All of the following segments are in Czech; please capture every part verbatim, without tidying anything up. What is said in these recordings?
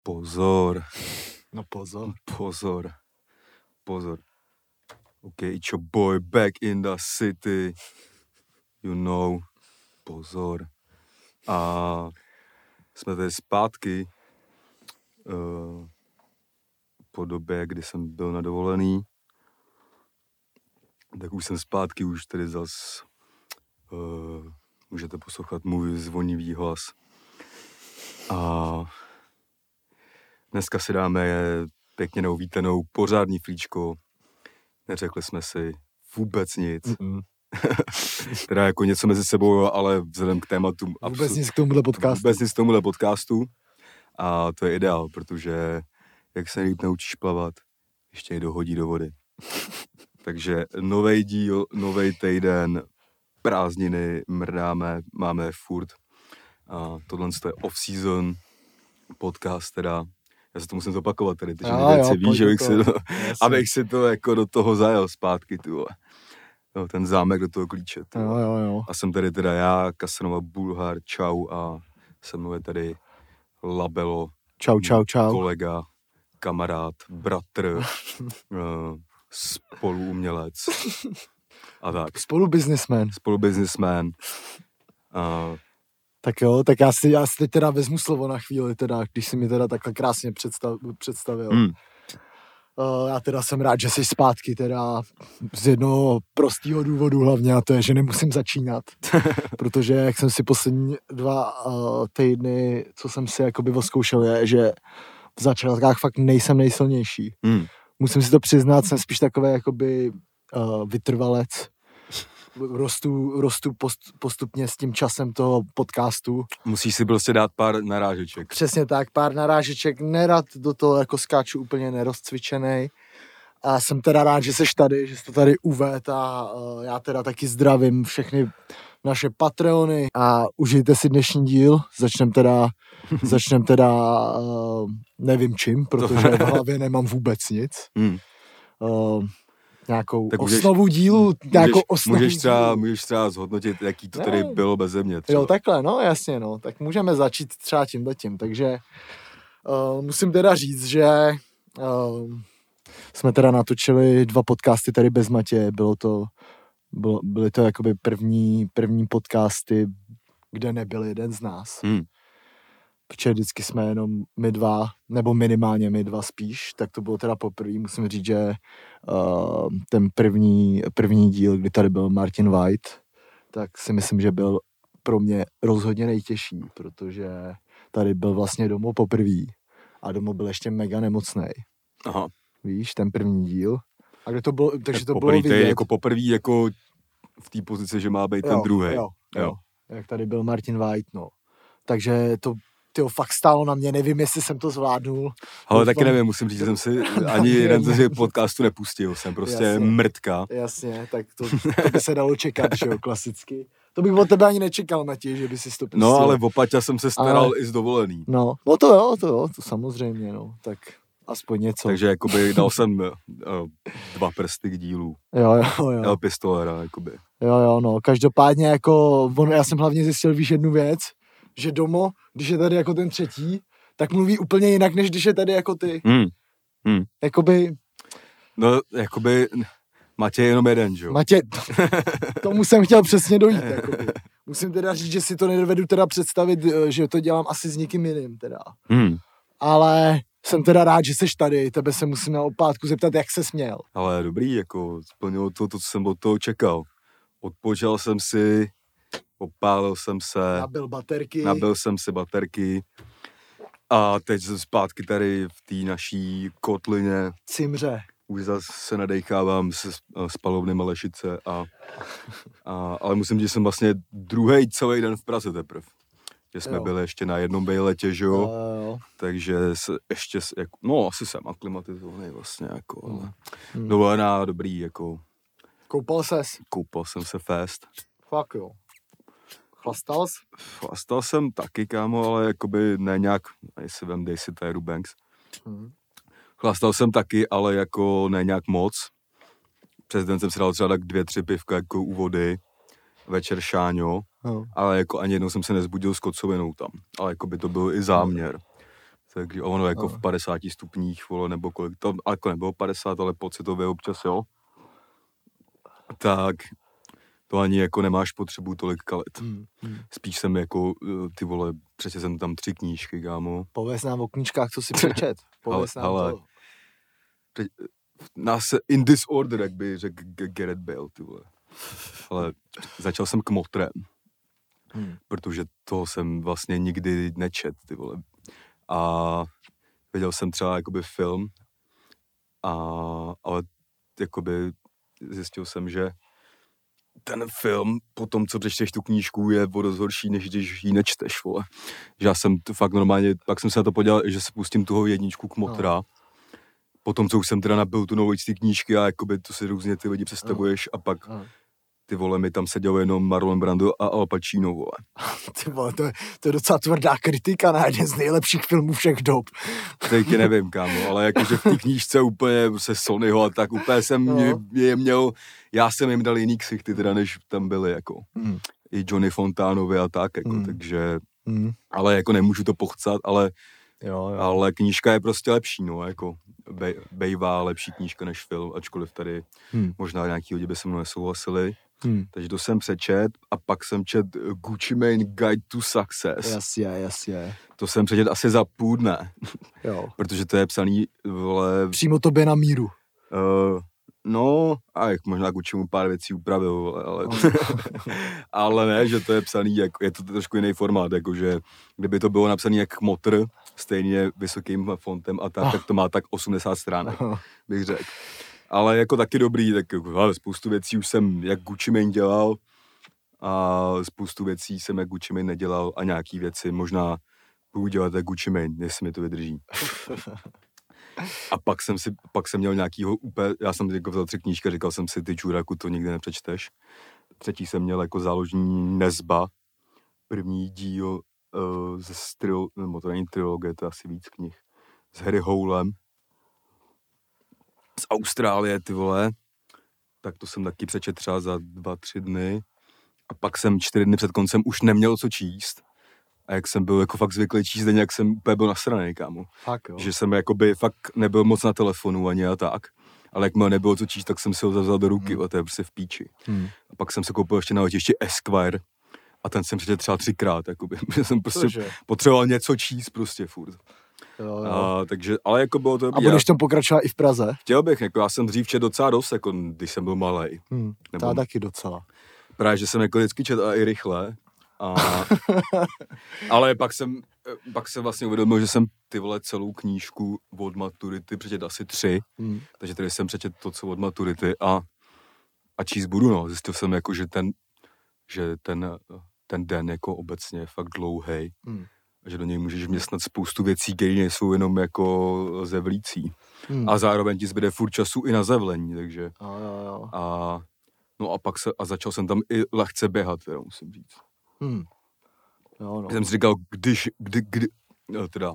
Pozor. No pozor. Pozor. Pozor. OK, it's your boy back in the city. You know. Pozor. A jsme tady zpátky uh, po době, kdy jsem byl na dovolený. Tak už jsem zpátky, už tady zas uh, můžete poslouchat můj zvonivý hlas. A dneska si dáme pěkně neuvítanou pořádný flíčko. Neřekli jsme si vůbec nic. Mm-mm. Teda jako něco mezi sebou, ale vzhledem k tématům... Vůbec nic k tomuhle podcastu. Vůbec nic k tomuhle podcastu. A to je ideál, protože jak se nejlíp naučíš plavat, ještě někdo hodí do vody. Takže novej díl, novej týden, prázdniny, mrdáme, máme furt. A tohle je off-season podcast teda. Já se to musím zopakovat tady, takže věci víš, že bych si to, abych si to jako do toho zajel zpátky, tu. Jo, ten zámek do toho klíče. Jo, jo, jo. A jsem tady teda já, Casanova Bulhar, čau, a se mnou je tady Labelo. Čau, čau, čau. Kolega, kamarád, bratr, uh, spoluumělec a tak. Spolubiznismen. Spolubiznismen. Uh, tak jo, tak já si, já si teď teda vezmu slovo na chvíli, teda, když si mi teda takhle krásně představ, představil. Mm. Uh, já teda jsem rád, že jsi zpátky teda z jednoho prostého důvodu hlavně, a to je, že nemusím začínat, protože jak jsem si poslední dva uh, týdny, co jsem si jakoby oskoušel, je, že v začátkách fakt nejsem nejsilnější. Mm. Musím si to přiznat, jsem spíš takový jakoby uh, vytrvalec. Rostu, rostu post, postupně s tím časem toho podcastu. Musíš si prostě dát pár narážeček. Přesně tak, pár narážeček, nerad do toho jako skáču úplně nerozcvičenej. A jsem teda rád, že seš tady, že jsi to tady uved, a uh, já teda taky zdravím všechny naše Patreony a užijte si dnešní díl. Začnem teda, začnem teda uh, nevím čím, protože v hlavě nemám vůbec nic. Hmm. Uh, nějakou tak osnovu můžeš, dílu, nějakou můžeš, osnovu můžeš třeba, dílu. Můžeš třeba zhodnotit, jaký to tady ne. bylo beze mě. Třeba. Jo, takhle, no jasně, no. Tak můžeme začít třeba tímhletím. Takže uh, musím teda říct, že uh, jsme teda natočili dva podcasty tady bez Matěje. Bylo to, bylo, byly to jakoby první, první podcasty, kde nebyl jeden z nás. Hmm. Protože vždycky jsme jenom my dva, nebo minimálně my dva spíš, tak to bylo teda poprvé. Musím říct, že uh, ten první, první díl, kdy tady byl Martin White, tak si myslím, že byl pro mě rozhodně nejtěžší, protože tady byl vlastně domů poprvé a domů byl ještě mega nemocnej. Aha. Víš, ten první díl. A kde to bylo, takže tak to bylo vidět. Je jako poprvé jako v té pozici, že má být jo, ten druhý. Jo, jo, jo. Jak tady byl Martin White, no. Takže to tyjo, fakt stálo na mě, nevím, jestli jsem to zvládnul. Ale taky nevím, musím říct, že jsem si ani jeden z podcastu nepustil, jsem prostě jasně, mrtka. Jasně, tak to, to by se dalo čekat, že jo, klasicky. To bych od tebe ani nečekal, Matěj, že by si to pustil. No, ale v Opaťa jsem se staral ale... i z dovolený. No, no to jo, to jo, to samozřejmě, no, tak aspoň něco. Takže jakoby dal jsem uh, dva prsty k dílu. Jo, jo, jo. El Pistolera, jakoby. Jo, jo, no, každopádně jako, on, já jsem hlavně zjistil, víš, jednu věc, že Domo, když je tady jako ten třetí, tak mluví úplně jinak, než když je tady jako ty. Hmm. Hmm. Jakoby... No, jakoby Matěj je jenom jeden, že jo? Matěj, tomu jsem chtěl přesně dojít, jakoby. Musím teda říct, že si to nedovedu teda představit, že to dělám asi s někým jiným, teda. Hmm. Ale jsem teda rád, že seš tady, tebe se musím na opátku zeptat, jak ses měl. Ale dobrý, jako splnilo to, to, co jsem od toho čekal. Odpočal jsem si, opálil jsem se. Nabil baterky. Nabil jsem si baterky. A teď jsem zpátky tady v té naší kotlině. Cimře. Už zase se nadechávám z spalovny Malešice. A, a, ale musím říct, že jsem vlastně druhý celý den v Praze teprve. Že jsme jo. byli ještě na jednom bejletě, že jo. jo. Takže se ještě, jako, no asi jsem aklimatizovaný vlastně, jako, ale hmm. dovolená, dobrý, jako. Koupal ses? Koupal jsem se fest. Fakt jo. Chlastal jsi? Chlastal jsem taky, kámo, ale jakoby ne nějak, jestli vem, dej si Tyru Banks. Hmm. Chlastal jsem taky, ale jako ne nějak moc. Přes den jsem si dal třeba tak dvě, tři pivka jako u vody. Večer šáňo. Hmm. Ale jako ani jednou jsem se nezbudil s kocovinou tam. Ale jako by to byl i záměr. Takže ono jako no. v padesáti stupních, vole, nebo kolik, to jako nebylo padesát, ale pocitově občas, jo. Tak to ani jako nemáš potřebu tolik kalit. Hmm, hmm. Spíš jsem jako, ty vole, přece jsem tam tři knížky, kámo. Pověz nám o knížkách, co si přečet. Pověz nám ale, to. Teď, nás se in this order, jak by řekl Gareth Bale, ty vole. Ale začal jsem kmotrem, hmm. protože to jsem vlastně nikdy nečet, ty vole. A viděl jsem třeba jakoby film, a, ale jakoby zjistil jsem, že ten film po tom, co přečteš tu knížku, je o dost horší, než když ji nečteš, vole. Že já jsem to fakt normálně, pak jsem se na to podělal, že se pustím toho jedničku kmotra, no. Potom, co už jsem teda nabil tu novou ty knížky a jakoby to si různě ty lidi představuješ no. a pak no. ty vole, mi tam seděl jenom Marlon Brando a Al Pacino, vole. Ty vole, to je, to je docela tvrdá kritika na jeden z nejlepších filmů všech dob. Teď nevím, kámo, ale jakože v té knížce úplně se Sonyho a tak úplně jsem no. mě, mě měl, já jsem jim dal jiný ksichty teda, než tam byly, jako. Hmm. I Johnny Fontanovi a tak, jako, hmm. takže, hmm. ale jako nemůžu to pochcat, ale, jo, jo. ale knížka je prostě lepší, no, jako. Bej, bejvá lepší knížka než film, ačkoliv tady hmm. možná nějaký lidi by se mnou nesouhlasili. Hmm. Takže to jsem přečet a pak jsem čet Gucci Mane Guide to Success. Jasně, jasně. To jsem přečet asi za půl dne, jo. protože to je psaný, vole... Přímo tobě na míru. Uh, no, a jak možná Gucci mu pár věcí upravil, vole, ale... ale ne, že to je psaný, jako, je to trošku jiný formát, jakože kdyby to bylo napsaný jak kmotr, stejně vysokým fontem a tak, oh. tak to má tak osmdesát stránek, oh. bych řekl. Ale jako taky dobrý, tak ale spoustu věcí už jsem jak Gucci Mane dělal a spoustu věcí jsem jak Gucci Mane nedělal a nějaký věci možná budu dělat jak Gucci Mane, jestli mi to vydrží. A pak jsem si, pak jsem měl nějakýho úplně, já jsem jako vzal tři knížky, říkal jsem si, ty čůraku, to nikdy nepřečteš. Třetí jsem měl jako záložní Nezba, první díl uh, ze trilo, nebo to není trilogie, to je asi víc knih, s Harry Howlem, z Austrálie, ty vole, tak to jsem taky přečet třeba za dva, tři dny a pak jsem čtyři dny před koncem už neměl co číst a jak jsem byl jako fakt zvyklý číst denně, jak jsem úplně byl nasranej, kámo. Fakt, jo. Že jsem jakoby fakt nebyl moc na telefonu ani a tak, ale jak mi nebylo co číst, tak jsem si ho zavzal do ruky, hmm. a to je prostě v píči. Hmm. A pak jsem se koupil ještě na letišti Esquire a ten jsem přečet třeba třikrát, jakoby, že jsem prostě Cože? potřeboval něco číst prostě furt. Jo, jo. A, takže, ale jako bylo to... A budeš tam pokračovat i v Praze? Chtěl bych, jako já jsem dřív čet docela dost, jako když jsem byl malej. Hmm, Nebo, já taky docela. Právě, že jsem jako vždycky čet a i rychle. A, ale pak jsem, pak jsem vlastně uvědomil, že jsem ty vole celou knížku od maturity přečet asi tři, hmm. takže tady jsem přečet to, co od maturity a, a číst budu, no. Zjistil jsem jako, že ten, že ten, ten den jako obecně je fakt dlouhej. Hmm. A že do něj můžeš vměstnat spoustu věcí, které nejsou jenom jako zevlící. Hmm. A zároveň ti zbyde furt času i na zevlení, takže... A, jo, jo. a no a pak se, a začal jsem tam i lehce běhat, teda musím říct. Hmm. Jo, no. Jsem si říkal, když, kdy, kdy, no teda,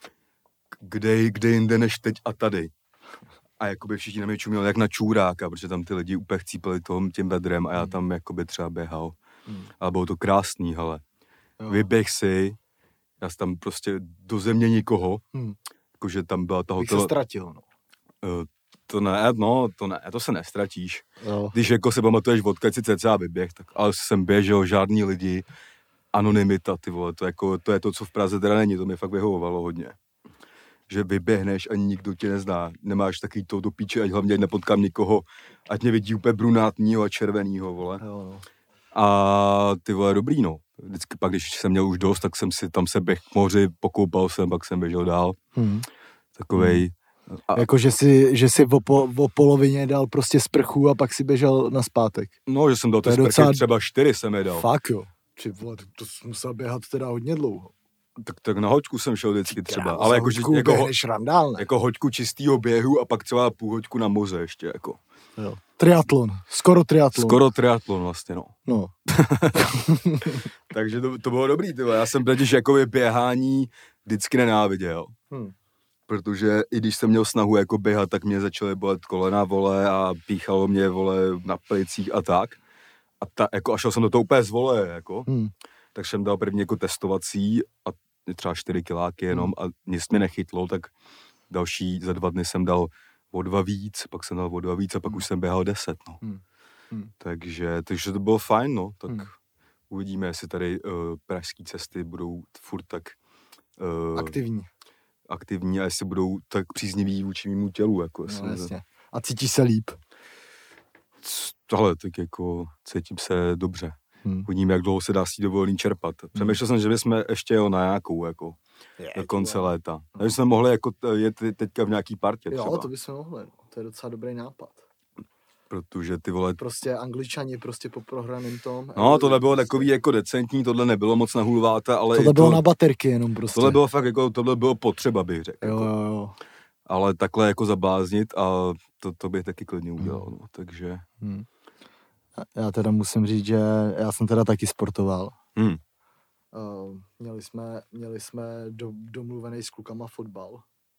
kde, kde jinde než teď a tady. A jakoby všichni na mě čuměli jak na čůráka, protože tam ty lidi úplně chcípali tom tím bedrem a já tam jakoby třeba běhal. Hmm. Ale bylo to krásný, hele. Jo. Vyběh si, já jsem tam prostě do země nikoho, hmm. jakože tam byla ta hotela. Bych se ztratil, no. Uh, to ne, no, to ne, to se nestratíš. Jo. Když jako se pamatuješ, odkud si cca vyběh, tak ale jsem běžel, žádný lidi, anonymita, ty vole, to, jako, to je to, co v Praze teda není, to mi fakt vyhovovalo hodně. Že vyběhneš a nikdo tě nezná, nemáš takový to do píče, ať hlavně nepotkám nikoho, ať mě vidí úplně brunátního a červenýho, vole. Jo, no. A ty vole, dobrý, no. Vždycky pak, když jsem měl už dost, tak jsem si tam se běh k moři, pokoupal jsem, pak jsem běžel dál. Hmm. Takovej... A... Jako, že si, že si o, po, o polovině dal prostě sprchu a pak si běžel naspátek. No, že jsem dal ty sprchy, docela... třeba čtyři jsem je dal. Fakt jo. Či vole, to jsem musel běhat teda hodně dlouho. Tak, tak na hoďku jsem šel vždycky třeba. Já, ale jako, hoďku jako, běhneš randál, ne? Jako hoďku čistýho běhu a pak celá půl hoďku na moře ještě, jako. Jo. Triatlon. Skoro triatlon. Skoro triatlon vlastně, no. No. Takže to, to bylo dobrý, tyhle. Já jsem totiž jakoby běhání vždycky nenáviděl. Hmm. Protože i když jsem měl snahu jako běhat, tak mě začaly bolet kolena, vole, a píchalo mě, vole, na plicích a tak. A, ta, jako, a šel jsem do toho úplně z vole, jako. Hmm. Tak jsem dal první jako testovací a třeba čtyři kiláky jenom a nic mě nechytlo, tak další za dva dny jsem dal o dva víc, pak jsem dal o dva víc a pak už jsem běhal deset, no. Hmm. Hmm. Takže, takže to bylo fajn, no, tak hmm. uvidíme, jestli tady uh, pražský cesty budou furt tak uh, aktivní. aktivní a jestli budou tak příznivý vůči mému tělu, jako. No, jasně. A cítíš se líp? Tohle, tak jako cítím se dobře. Hmm. Uvidíme, jak dlouho se dá s tí dovolený čerpat. Přemýšlel hmm. jsem, že bychom ještě jel na nějakou, jako, je, do konce je. léta. Takže jsme mohli jako jet teďka v nějaký partě třeba. Jo, to bychom mohli, no. To je docela dobrý nápad. Protože ty vole... Prostě Angličani prostě po prohraným tom. No, tohle bylo prostě takový jako decentní, tohle nebylo moc na hulváta, ale... Tohle bylo to, na baterky jenom prostě. Tohle bylo fakt jako, tohle bylo potřeba, bych řekl. Jo, jako. jo, jo. Ale takhle jako zabláznit a to, to bych taky klidně udělal, hmm. no, takže... Hmm. Já teda musím říct, že já jsem teda taky sportoval. Hmm. Uh, měli jsme, měli jsme do, domluvený s klukama fotbal,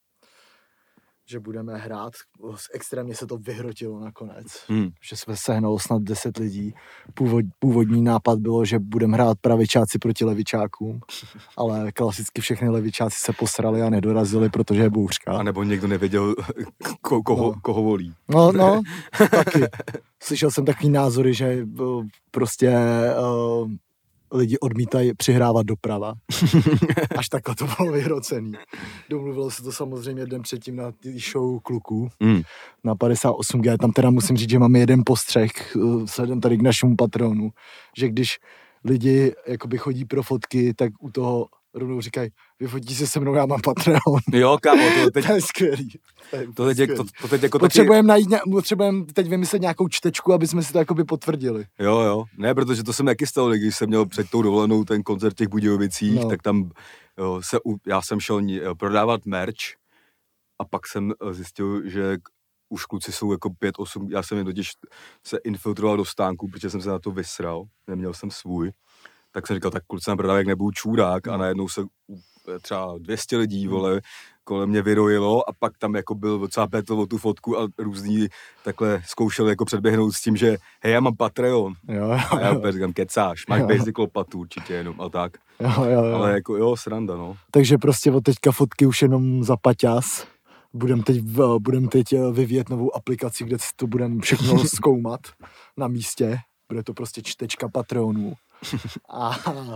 že budeme hrát. Extrémně se to vyhrotilo nakonec, hmm. že jsme sehnalo snad deset lidí. Původ, původní nápad bylo, že budeme hrát pravičáci proti levičákům, ale klasicky všechny levičáci se posrali a nedorazili, protože je bouřka. A nebo někdo nevěděl, ko, koho, no. koho volí. No, no, taky. Slyšel jsem takový názory, že prostě uh, lidi odmítají přihrávat doprava. Až takhle to bylo vyhrocený. Domluvilo se to samozřejmě den předtím na show kluků. Mm. Na padesát osm gé. Tam teda musím říct, že máme jeden postřeh vzhledem tady k našemu patronu. Že když lidi jakoby chodí pro fotky, tak u toho rovnou říkají, vyfotí se se mnou, já mám Patreon. Jo, kámo, to teď... to je skvělý. To, je to, teď, to, to teď jako potřebujeme taky... najít, potřebujeme teď vymyslet nějakou čtečku, aby jsme si to jakoby potvrdili. Jo, jo. Ne, protože to jsem taky stalo, když jsem měl před tou dovolenou ten koncert v těch Budějovicích, no. tak tam jo, se, já jsem šel prodávat merch a pak jsem zjistil, že už kluci jsou jako pět, osm, já jsem jen totiž se infiltroval do stánku, protože jsem se na to vysral, neměl jsem svůj. Tak jsem říkal, tak kluci nám prodávají, jak nebudu čůrák a najednou se třeba dvě stě lidí, vole, kolem mě vyrojilo a pak tam jako byl docela pétl o tu fotku a různý takhle zkoušel jako předběhnout s tím, že hej, já mám Patreon. Jo, jo, a já opět říkám, kecáš, máš basic lopatu určitě jenom a tak. Jo, jo, jo. Ale jako jo, sranda, no. Takže prostě od teďka fotky už jenom za paťas. Budeme teď, budem teď vyvíjet novou aplikaci, kde to budeme všechno zkoumat na místě. Bude to prostě čtečka Patreonů. A,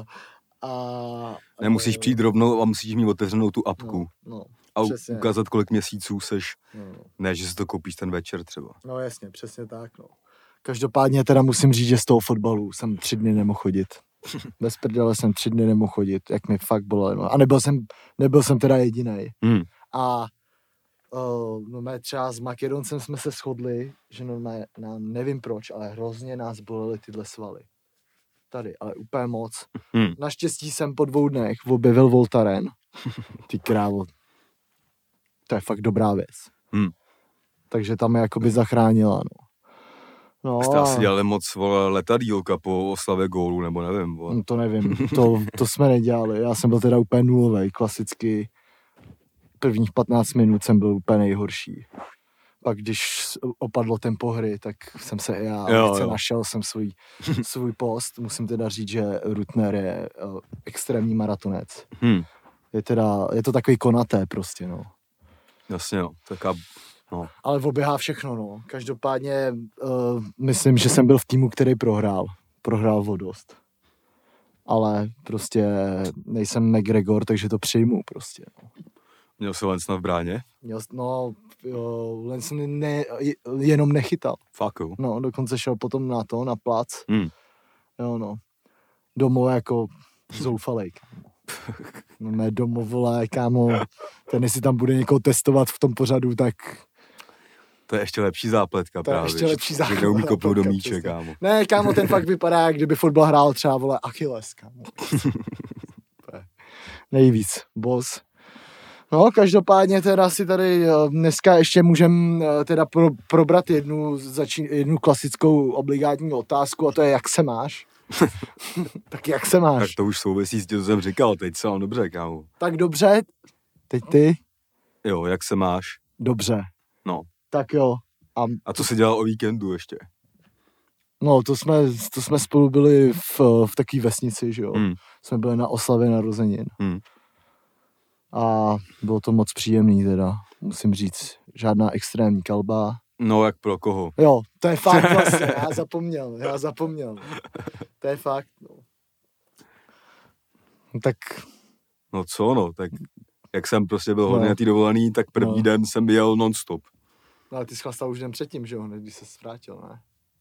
a, Nemusíš přijít rovnou a musíš mít otevřenou tu apku. No, no, a přesně. ukázat, kolik měsíců seš. No, no. Ne, že si to koupíš ten večer třeba. No jasně, přesně tak, no. Každopádně teda musím říct, že z toho fotbalu jsem tři dny nemohl chodit. Bez prdele jsem tři dny nemohl chodit, jak mi fakt bylo. No. A nebyl jsem, nebyl jsem teda jedinej. Hmm. A uh, no mé třeba s Makedoncem jsme se shodli, že no mé, no, nevím proč, ale hrozně nás bolely tyhle svaly. Tady, ale úplně moc. Hmm. Naštěstí jsem po dvou dnech objevil Voltaren. Ty krávo. To je fakt dobrá věc. Hmm. Takže tam je jakoby zachránila, no. No jste a... asi dělali moc, vole, letadílka po oslavě gólu, nebo nevím, vole. No to nevím, to, to jsme nedělali. Já jsem byl teda úplně nulovej, klasicky. Prvních patnáct minut jsem byl úplně nejhorší. Pak když opadlo tempo hry, tak jsem se já jo, jo. našel jsem svůj, svůj post. Musím teda říct, že Rutner je uh, extrémní maratonec. Hmm. Je teda, je to takový konaté prostě, no. Jasně, no. Taká, no. Ale oběhá všechno, no. Každopádně uh, myslím, že jsem byl v týmu, který prohrál. Prohrál o dost. Ale prostě nejsem McGregor, takže to přijmu prostě, no. Měl jsi Lensna v bráně? Měl, no, jo, Lens ne, jenom nechytal. Fakt jo. No, dokonce šel potom na to, na plac. Hmm. Jo, no. Domů jako zoufalej, kámo. No ne domů, vole, kámo. Ten, jestli tam bude někoho testovat v tom pořadu, tak... To je ještě lepší zápletka to právě. To je ještě lepší zápletka. Že neumí kopnout do míče, kámo. Ne, kámo, ten fakt vypadá, jak kdyby fotbal hrál třeba, vole, Achilles, kámo. Nejvíc, boss. No, každopádně teda si tady dneska ještě můžeme teda pro, probrat jednu, začín, jednu klasickou obligátní otázku a to je, jak se máš? Tak jak se máš? Tak to už souvisí s tím, co jsem říkal, teď se mám dobře, kámo. Tak dobře, teď ty? Jo, jak se máš? Dobře. No. Tak jo. A, a co jsi dělal o víkendu ještě? No, to jsme, to jsme spolu byli v, v takové vesnici, že jo. Hmm. Jsme byli na oslavě narozenin. Hmm. a bylo to moc příjemný teda, musím říct, žádná extrémní kalba. No, jak pro koho? Jo, to je fakt vlastně, já zapomněl, já zapomněl. To je fakt, no. Tak... No co no, tak jak jsem prostě byl No. hodně na té dovolený, tak první No. den jsem jel non-stop. No ale ty jsi chlastal už den předtím, že jo, hned když ses vrátil, ne?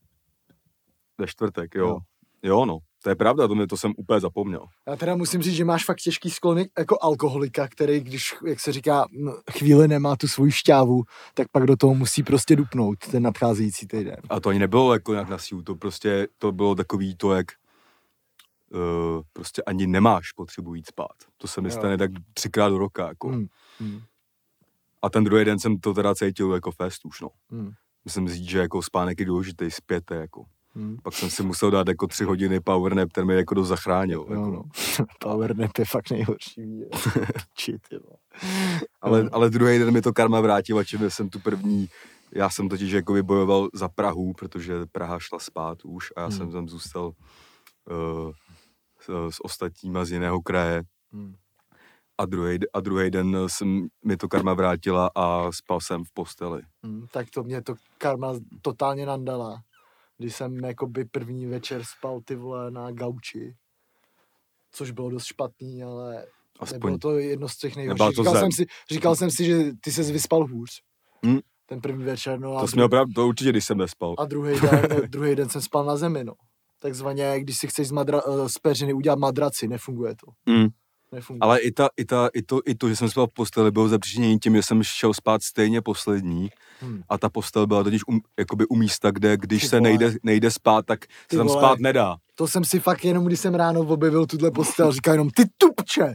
Ve čtvrtek, jo. Jo. Jo, no, to je pravda, to, mě, to jsem úplně zapomněl. Já teda musím říct, že máš fakt těžký sklony jako alkoholika, který, když, jak se říká, chvíli nemá tu svoji šťávu, tak pak do toho musí prostě dupnout ten nadcházející týden. A to ani nebylo jako nějak na sílu, to prostě, to bylo takový to, jak uh, prostě ani nemáš potřebu jít spát. To se mi Jo. stane tak třikrát do roka, jako. Hmm. Hmm. A ten druhý den jsem to teda cítil jako fest už, no. Hmm. Myslím říct, že jako spánek je důležitý, zpěte, jako. Hmm. Pak jsem si musel dát jako tři hodiny power nap, ten mě jako dost zachránil. Jo, jako. no. Power nap je fakt nejhorší. Čit, jo. Ale, ale druhý den mi to karma vrátila, čím jsem tu první, já jsem totiž jako bojoval za Prahu, protože Praha šla spát už a já Hmm. jsem tam zůstal uh, s, s ostatníma z jiného kraje. Hmm. A druhý, a druhý den jsem, mi to karma vrátila a spal jsem v posteli. Hmm. Tak to mě to karma totálně nandala. Když jsem jakoby první večer spal ty vole na gauči, což bylo dost špatný, ale Aspoň. nebylo to jedno z těch Nebyla nejhorších. to Říkal, zem. jsem si, říkal jsem si, že ty ses vyspal hůř. Hmm. Ten první večer, no a, To, jsem měl pravdu, to určitě, když jsem nespal. a druhý den, druhý den jsem spal na zemi, no. Takzvaně, když si chceš z, madra, z peřiny udělat madraci, nefunguje to. Mm. Nefunguje. Ale i, ta, i, ta, i, to, i to, že jsem spal v posteli, bylo zapříčinění tím, že jsem šel spát stejně poslední Hmm. a ta postel byla totiž um, jakoby u místa, kde když Ty se vole. nejde, nejde spát, tak se Ty tam vole. spát nedá. To jsem si fakt jenom, když jsem ráno objevil tuhle postel, říkal jenom ty tupče.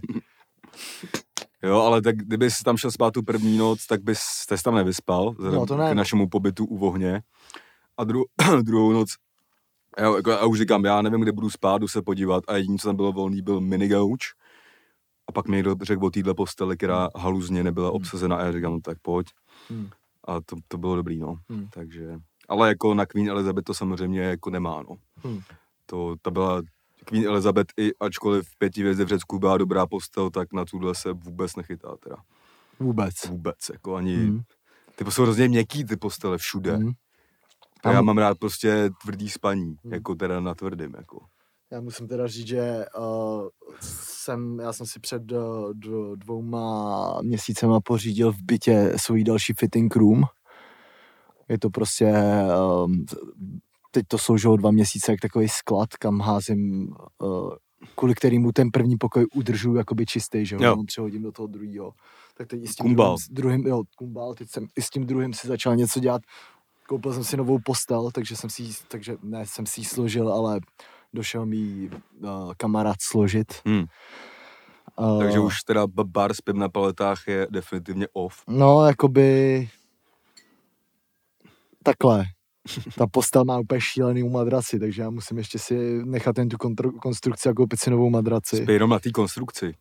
Jo, ale tak kdyby jsi tam šel spát tu první noc, tak bys se tam nevyspal, vzhledem No, to ne, k no. našemu pobytu u ohně. A dru, druhou noc, já, jako, já už říkám, já nevím, kde budu spát, jdu se podívat a jediné, co tam bylo volný, byl minigauč. A pak mi někdo řekl o téhle posteli, která haluzně nebyla obsazena a já říkám, no tak pojď. Hmm. A to, to bylo dobrý, no. Hmm. Takže, ale jako na Queen Elizabeth to samozřejmě jako nemá, no. Hmm. To, ta byla Queen Elizabeth, i ačkoliv v pěti hvězdy v Řecku byla dobrá postel, tak na tuhle se vůbec nechytá teda. Vůbec. Vůbec, jako ani, Hmm. ty jsou hrozně měkký ty postele všude. Hmm. A já mám rád prostě tvrdý spaní, Hmm. jako teda na tvrdým, jako. Já musím teda říct, že uh, jsem, já jsem si před uh, dv- dvouma měsícema pořídil v bytě svůj další fitting room. Je to prostě, um, teď to sloužilo dva měsíce jak takový sklad, kam házím, uh, kvůli kterému ten první pokoj udržuju jakoby čistý, že ho, Jo. jenom přehodím do toho druhého. Tak teď i s tím Kumbál. druhým, druhým, jo, kumbál, teď jsem i s tím druhým si začal něco dělat. Koupil jsem si novou postel, takže jsem si, jí- takže ne, jsem si ji složil, ale došel mi uh, kamarád složit. Hmm. Uh, Takže už teda b- bar s pivem na paletách je definitivně off. No, jakoby... Takhle. Ta postel má úplně šílený madraci, takže já musím ještě si nechat jen tu kontru- konstrukci a koupit si novou madraci. Spěj jenom na té konstrukci.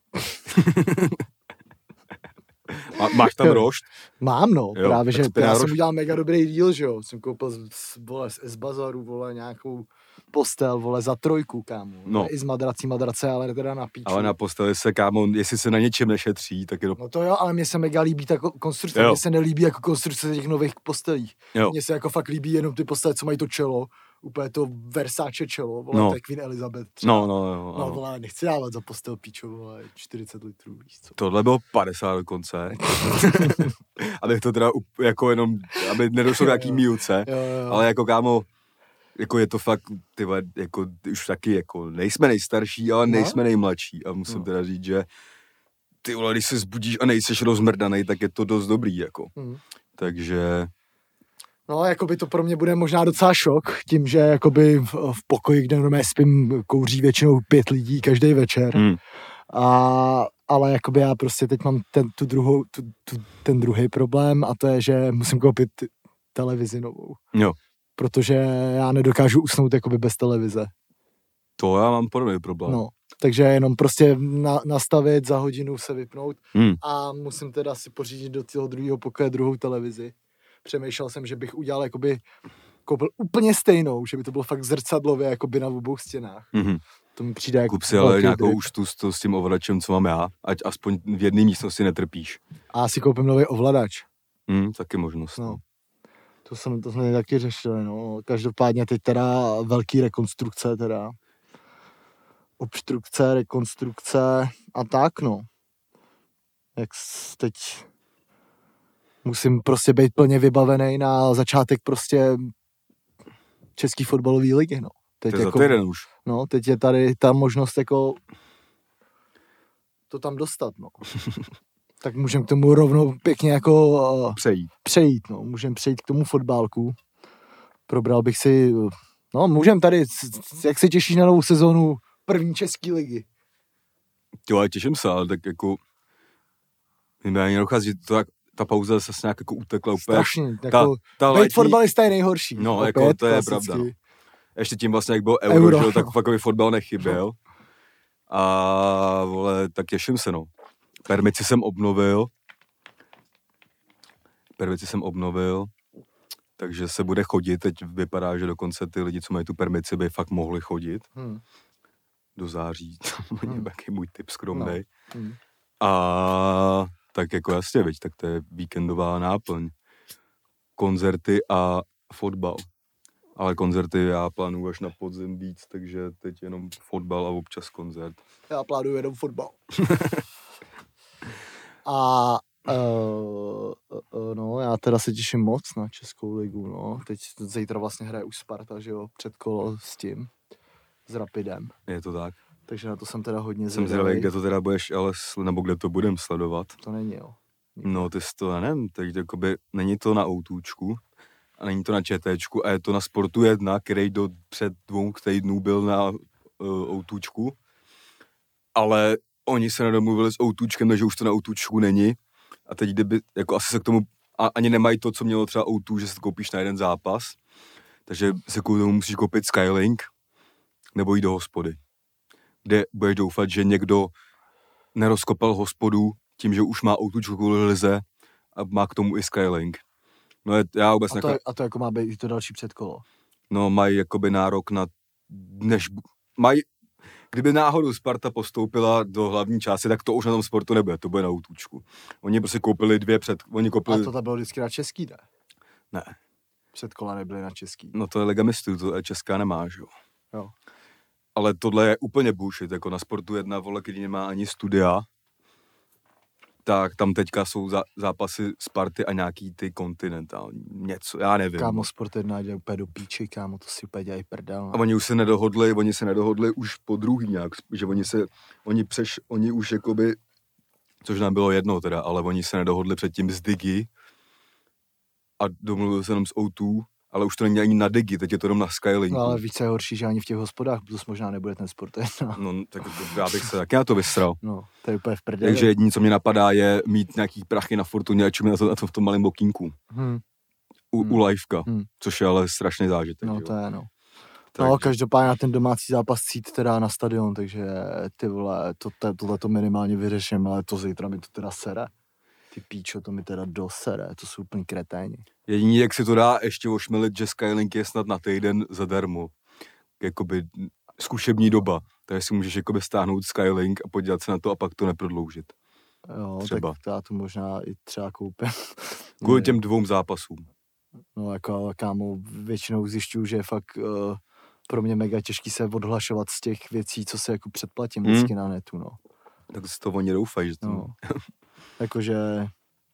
Má, máš tam rošt? Mám, no, Jo, právě, tak že spěj já na jsem rošt. udělal mega dobrý díl, že jo. Jsem koupil z, z, vole, z S-Bazaru, vole, nějakou postel, vole, za trojku, kámo. No. Ne i s madrací, madrace, ale teda na píču. Ale na posteli se, kámo, jestli se na něčem nešetří, tak je to... No to jo, ale mně se mega líbí ta ko- konstrukce, Jo. mně se nelíbí jako konstrukce těch nových postelí. Jo. Mně se jako fakt líbí jenom ty postele, co mají to čelo, úplně to Versace čelo, vole, No. to je Queen Elizabeth třeba. No, no, no. No, no. vole, nechci dávat za postel píčo, vole, čtyřicet litrů, víš co. Tohle bylo padesát dokonce. Abych to teda up- jako jenom, aby nedošlo k nějaký Jo. mílce. Jo, jo. Ale jako kámo, jako je to fakt, ty vole, jako už taky jako nejsme nejstarší, ale No. nejsme nejmladší. A musím No. teda říct, že ty vole, když se zbudíš a nejseš rozmrdanej, tak je to dost dobrý, jako. Hmm. Takže, No, jakoby to pro mě bude možná docela šok, tím, že jakoby v, v pokoji, kde normálně spím, kouří většinou pět lidí každý večer. hm, A, ale jakoby já prostě teď mám ten, tu druhou, tu, tu, ten druhý problém a to je, že musím koupit televizi novou. jo, Protože já nedokážu usnout jakoby bez televize. to já mám podobný problém. No, takže jenom prostě na, nastavit, za hodinu se vypnout Hm, a musím teda si pořídit do toho druhého pokoje druhou televizi. Přemýšlel jsem, že bych udělal jakoby, koupil úplně stejnou, že by to bylo fakt zrcadlově jakoby na obou stěnách. mhm. To mi přijde jako Kup si ale nějakou drip. už tu s, to, s tím ovladačem, co mám já, ať aspoň v jedné místnosti netrpíš. A si koupím nový ovladač. Hmm, taky možnost. No. No. To jsme, to jsme taky řešili, no. Každopádně teď teda velký rekonstrukce teda. Obstrukce, rekonstrukce a tak, no. Jak s- teď musím prostě být plně vybavený na začátek prostě český fotbalový ligy, no. Teď To je jako, za týden už. no, teď je tady ta možnost jako to tam dostat, no. Tak můžeme k tomu rovnou pěkně jako uh, Přejít. přejít, no. Můžeme přejít k tomu fotbálku. Probral bych si, no, můžeme tady, jak se těšíš na novou sezónu první české ligy? Jo, ale těším se, ale tak jako mi ani dochází, to tak, ta pauza zase nějak jako utekla úplně. Strašně, ta, jako, ta být letní, fotbalista je nejhorší. No, Opět, jako to je klasicky. pravda, no. Ještě tím vlastně, jak byl euro, Euro. euro. Že, tak takový fotbal nechyběl. A vole, tak těším se, no. Permici jsem obnovil. Permici jsem obnovil. Takže se bude chodit. Teď vypadá, že dokonce ty lidi, co mají tu permici, by fakt mohli chodit. Hmm. Do září. To je Hmm. nějaký můj tip skromnej. No. Hmm. A tak jako jasně, viď, tak to je víkendová náplň. Koncerty a fotbal. Ale koncerty já plánuju až na podzim víc, takže teď jenom fotbal a občas koncert. Já plánuju jenom fotbal. A uh, uh, no, já teda se těším moc na Českou ligu, no. Teď zítra vlastně hraje už Sparta, že jo, předkolo s tím, s Rapidem. Je to tak. Takže na to jsem teda hodně Jsem zvědavý. zvědavý, kde to teda budeš, ale sl- nebo kde to budem sledovat. To není, jo. No, ty jsi to, já nevím, teď jakoby, není to na Outůčku a není to na ČTčku a je to na Sportu jedna, který do před dvou týdnů byl na uh, Outůčku, ale oni se nedomluvili s Outůčkem, takže už to na Outůčku není a teď kdyby, jako asi se k tomu, a, ani nemají to, co mělo třeba O dva, že si to koupíš na jeden zápas, takže se k tomu musíš koupit Skylink nebo jít do hospody, kde budeš doufat, že někdo nerozkopal hospodu tím, že už má Outůčku kvůli lize a má k tomu i Skylink. No je, já vůbec A to, neka- je, a to jako má být i to další předkolo. No mají jakoby nárok na, než, mají, kdyby náhodou Sparta postoupila do hlavní části, tak to už na tom Sportu nebude, to bude na Outůčku. Oni prostě koupili dvě před, oni koupili, A to tam bylo vždycky na český, ne? ne, Předkola nebyly na český. no to je Liga mistrů, to je česká nemá, že jo. Jo. Ale tohle je úplně bullshit, jako na Sportu jedna, vole, který nemá ani studia, tak tam teďka jsou zá, zápasy Sparty a nějaký ty kontinentální, něco, já nevím. Kámo, Sport jedna jde úplně do píči, kámo, to si úplně dělají prdel. A No. oni už se nedohodli, oni se nedohodli už po druhý nějak, že oni se, oni přeš, oni už jakoby, což nám bylo jedno teda, ale oni se nedohodli předtím s Digi a domluvili se jenom s O dva, ale už to není ani na Digi, teď je to jenom na Skylinku. No, ale víc je horší, že ani v těch hospodách to možná nebude ten Sport jedna. No, tak já bych se taky na to vysral. No, to je úplně v prdeli. Takže jediné, co mě napadá, je mít nějaký prachy na Fortuně a čumě na to, na to v tom malém okýnku. Hmm. U, Hmm. u liveka, Hmm. což je ale strašný zážitek. No, jo. to je, no. Tak, No, každopádně na ten domácí zápas cít teda na stadion, takže ty vole, to, to, tohle to minimálně vyřeším, ale to zítra mi to teda sere. Ty píčo, to mi teda dosere, to jsou úplně kreténi. jediný, jak si to dá ještě ošmelit, že Skylink je snad na týden zadarmo. Jakoby zkušební doba. Takže si můžeš jakoby stáhnout Skylink a podívat se na to a pak to neprodloužit. Jo, Třeba. tak já to možná i třeba koupím. Kvůli těm dvou zápasům. No jako kámo, většinou zjišťuju, že je fakt uh, pro mě mega těžký se odhlašovat z těch věcí, co se jako předplatím Hmm. vždycky na netu, no. Tak si to oni doufají, že to... no. Jakože,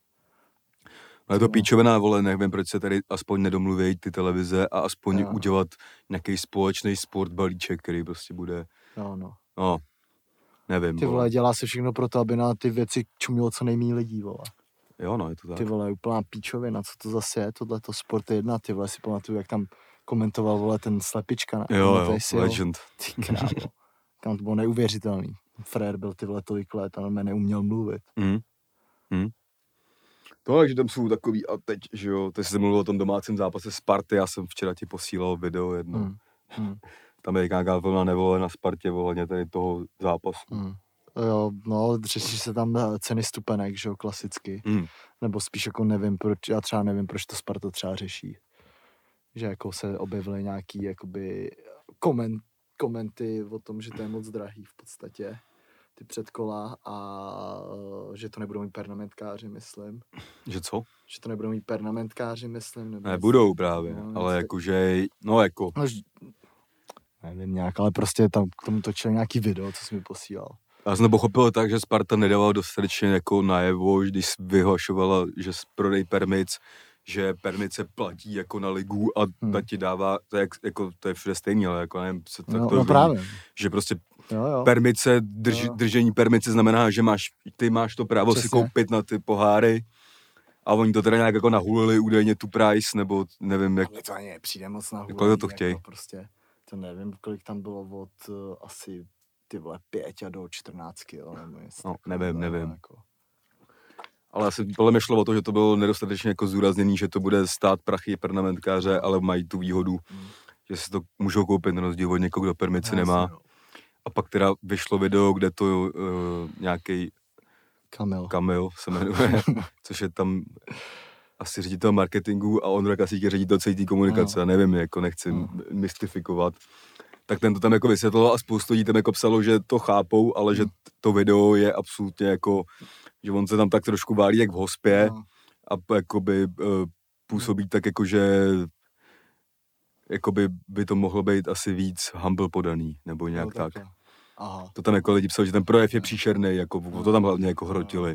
Ale to píčovina, vole, nevím, proč se tady aspoň nedomluvějí ty televize a aspoň Jo. udělat nějaký společný sport balíček, který prostě bude, no, no. no, nevím. Ty vole, dělá se všechno pro to, aby na ty věci čumilo co nejméně lidí, vole. Jo, no, je to tak. Ty vole, úplná píčovina, co to zase je, tohleto Sport jedna, ty vole, si pamatuju, jak tam komentoval, vole, ten Slepička. Ne? Jo, jo, Pamatuješ si ho? legend. Ty krávo. Kam to bylo neuvěřitelný. Frér byl ty vole tolik let a mě neuměl mluvit. Mm. Mm. To, takže tam jsou takový, a teď, že jo, teď jsi mluvil o tom domácím zápase Sparty, já jsem včera ti posílal video jedno. Hmm. Hmm. Tam je nějaká vlna nevole na Spartě, ohledně tady toho zápasu. Hmm. Jo, no, řeší se tam eh, ceny stupenek, že jo, klasicky. Mm. Nebo spíš jako nevím, proč, já třeba nevím, proč to Sparta třeba řeší. Že jako se objevily nějaký, jakoby, koment, komenty o tom, že to je moc drahý v podstatě, ty předkola a že to nebudou mít pernamentkáři, myslím. Že co? Že to nebudou mít pernamentkáři, myslím. Nebo ne, budou právě, no, ale jakože, no jako. No, nevím nějak, ale prostě tam k tomu točil nějaký video, co jsi mi posílal. Já jsem to pochopil tak, že Sparta nedával dostatečně jako najevo, když vyhlašovala, že prodej permic, že permice platí jako na ligu a hmm. ta ti dává, to je, jako, to je všude stejný, ale jako nevím, co tak no, to no právě. Že prostě jo, jo. permice, drž, jo. držení permice znamená, že máš, ty máš to právo Přesně. si koupit na ty poháry a oni to teda nějak jako nahulili údajně tu price, nebo nevím, jak... Mně to ani nepřijde moc nahulili. Kolik to chtějí? Jako prostě, to nevím, kolik tam bylo od uh, asi ty vole pět a do čtrnáctky, jo, nebo no, nevím, nevím. Jako... Ale asi podle mě šlo o to, že to bylo nedostatečně jako zúrazněný, že to bude stát prachy pernamentkáře, ale mají tu výhodu, hmm. že si to můžou koupit na rozdíl od někoho, kdo permici nemá. No. A pak teda vyšlo video, kde to uh, nějaký Kamil. Kamil se jmenuje, což je tam asi ředitel marketingu a Ondra Kasík je ředitel celé té komunikace. No. Nevím, jako nechci no. mystifikovat. Tak ten to tam jako vysvětloval a spoustu lidí tam jako psalo, že to chápou, ale že to video je absolutně jako, že on se tam tak trošku válí jak v hospě no. a jakoby uh, působí tak jako, že jakoby by to mohlo být asi víc humble podaný, nebo nějak no, tak. Aha. To tam jako lidi psali, že ten projev je příšerný, jako no. to tam hlavně jako hrotili.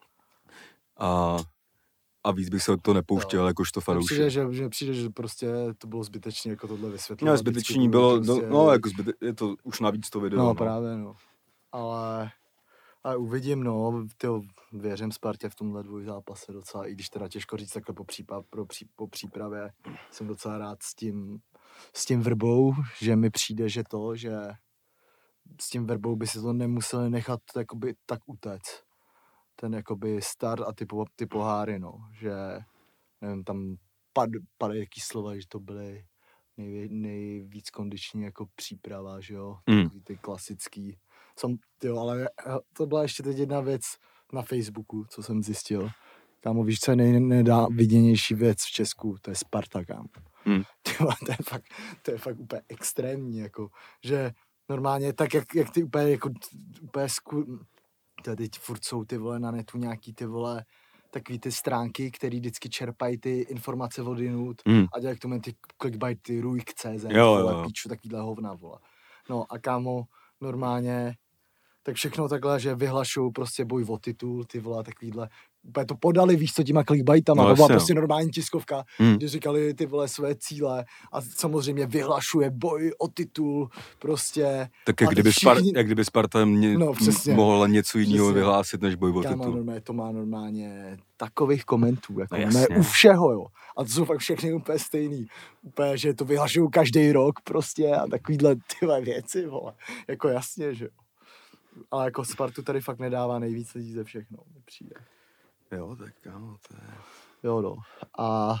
A A víc bych se to nepouštěl, no. jakožto fanoušek. Přijde, že, že přijde, že prostě to bylo zbytečné jako tohle vysvětlovat. No, zbytečný bylo, prostě... no, no, jako zbyte, je to už navíc to video. No, no. právě, no. Ale, ale uvidím, no, tyjo, věřím Spartě v tomhle dvojzápase docela, i když teda těžko říct takhle po, přípa, pro pří, po přípravě. Jsem docela rád s tím, s tím Vrbou, že mi přijde, že to, že s tím Vrbou by si to nemuseli nechat jakoby tak utéct. Ten jakoby start a ty, po, ty poháry, no, že nevím, tam pad, padají jaký slova, že to byly nej, nejvíc kondiční jako příprava, že jo, mm. takový ty klasický. Som, jo, ale to byla ještě teď jedna věc na Facebooku, co jsem zjistil. Kámo, víš, co je nejnedáviděnější věc v Česku, to je Sparta, kámo. Mm. Tyba, to je fakt, to je fakt úplně extrémní, jako, že normálně tak, jak, jak ty úplně, jako, úplně sku... Teď furt jsou ty vole na netu nějaký ty vole takový ty stránky, které vždycky čerpají ty informace od jinut mm. a dělají k tomu ty clickbaity, Ruik tečka cé zet, jo, vole, jo. píču, takovýhle hovna, vole. No a kámo, normálně, tak všechno takhle, že vyhlašují prostě boj o titul, ty vole, takovýhle, úplně to podali, víš co, těma clickbaitama, no, to byla prostě normální tiskovka, mm. kdy říkali ty vole své cíle a samozřejmě vyhlašuje boj o titul, prostě. Tak jak kdyby, všichni... Spar- jak kdyby Sparta mě no, mohla něco jiného vyhlásit, než boj o titul. Kámo, normálně, to má normálně takových komentů, jako no, ne u všeho, jo. A to jsou fakt všechny úplně stejný. Úplně, že to vyhlašují každý rok prostě a takovýhle tyhle věci, vole. Jako jasně, že jo. Ale jako Spartu tady fakt nedává nejvíc lidí ze všechno, mi přijde. Jo, tak kámo, to je... Jo, no. A,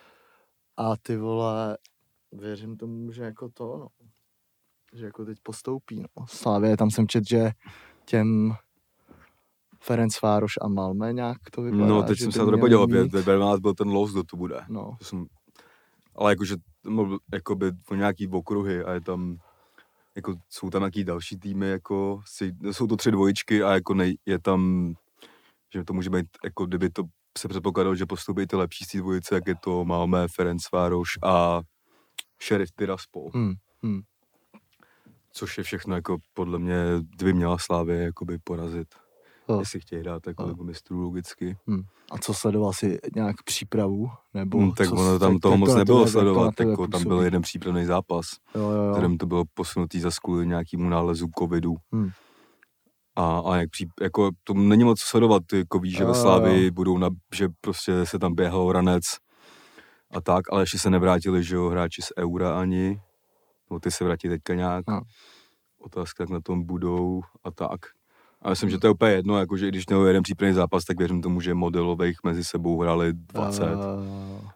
a ty vole, věřím tomu, že jako to, no. Že jako teď postoupí, no. Slávě, tam jsem čet, že těm Ferencvároš a Malmö nějak to vypadá. No, teď jsem se to podíval opět, ve dvanáct byl ten los, kdo to bude. No. To jsem... Ale jakože, jakoby nějaký okruhy a je tam... Jako jsou tam nějaký další týmy, jako si, jsou to tři dvojičky a jako nej, je tam, že to může být, jako kdyby to se předpokládalo, že postoupí ty lepší z té dvojice, jak je to Malmö, Ferencvároš a Sheriff Tiraspol. Hmm, hmm. Což je všechno, jako podle mě, kdyby měla Slavie jakoby porazit. Oh. Jestli chtějí hrát jako oh. mistrů logicky. Hmm. A co sledoval si nějak přípravu? Nebo hmm, tak co, ono tam tak, toho tak moc to nebylo to sledovat, jako tam byl jeden přípravný zápas, jo, jo, jo. kterým to bylo posunutý za kvůli nějakému nálezu covidu. Hmm. A, a jak pří, jako to není moc sledovat, jako víš, že ve Slavii budou, na, že prostě se tam běhal ranec a tak, ale ještě se nevrátili, že jo, hráči z Eura ani, no ty se vrátí teďka nějak, no. Otázka, jak na tom budou a tak. A myslím, že to je úplně jedno, jakože když měl jeden přípravný zápas, tak věřím tomu, že modelových mezi sebou hráli dvacet. Uh...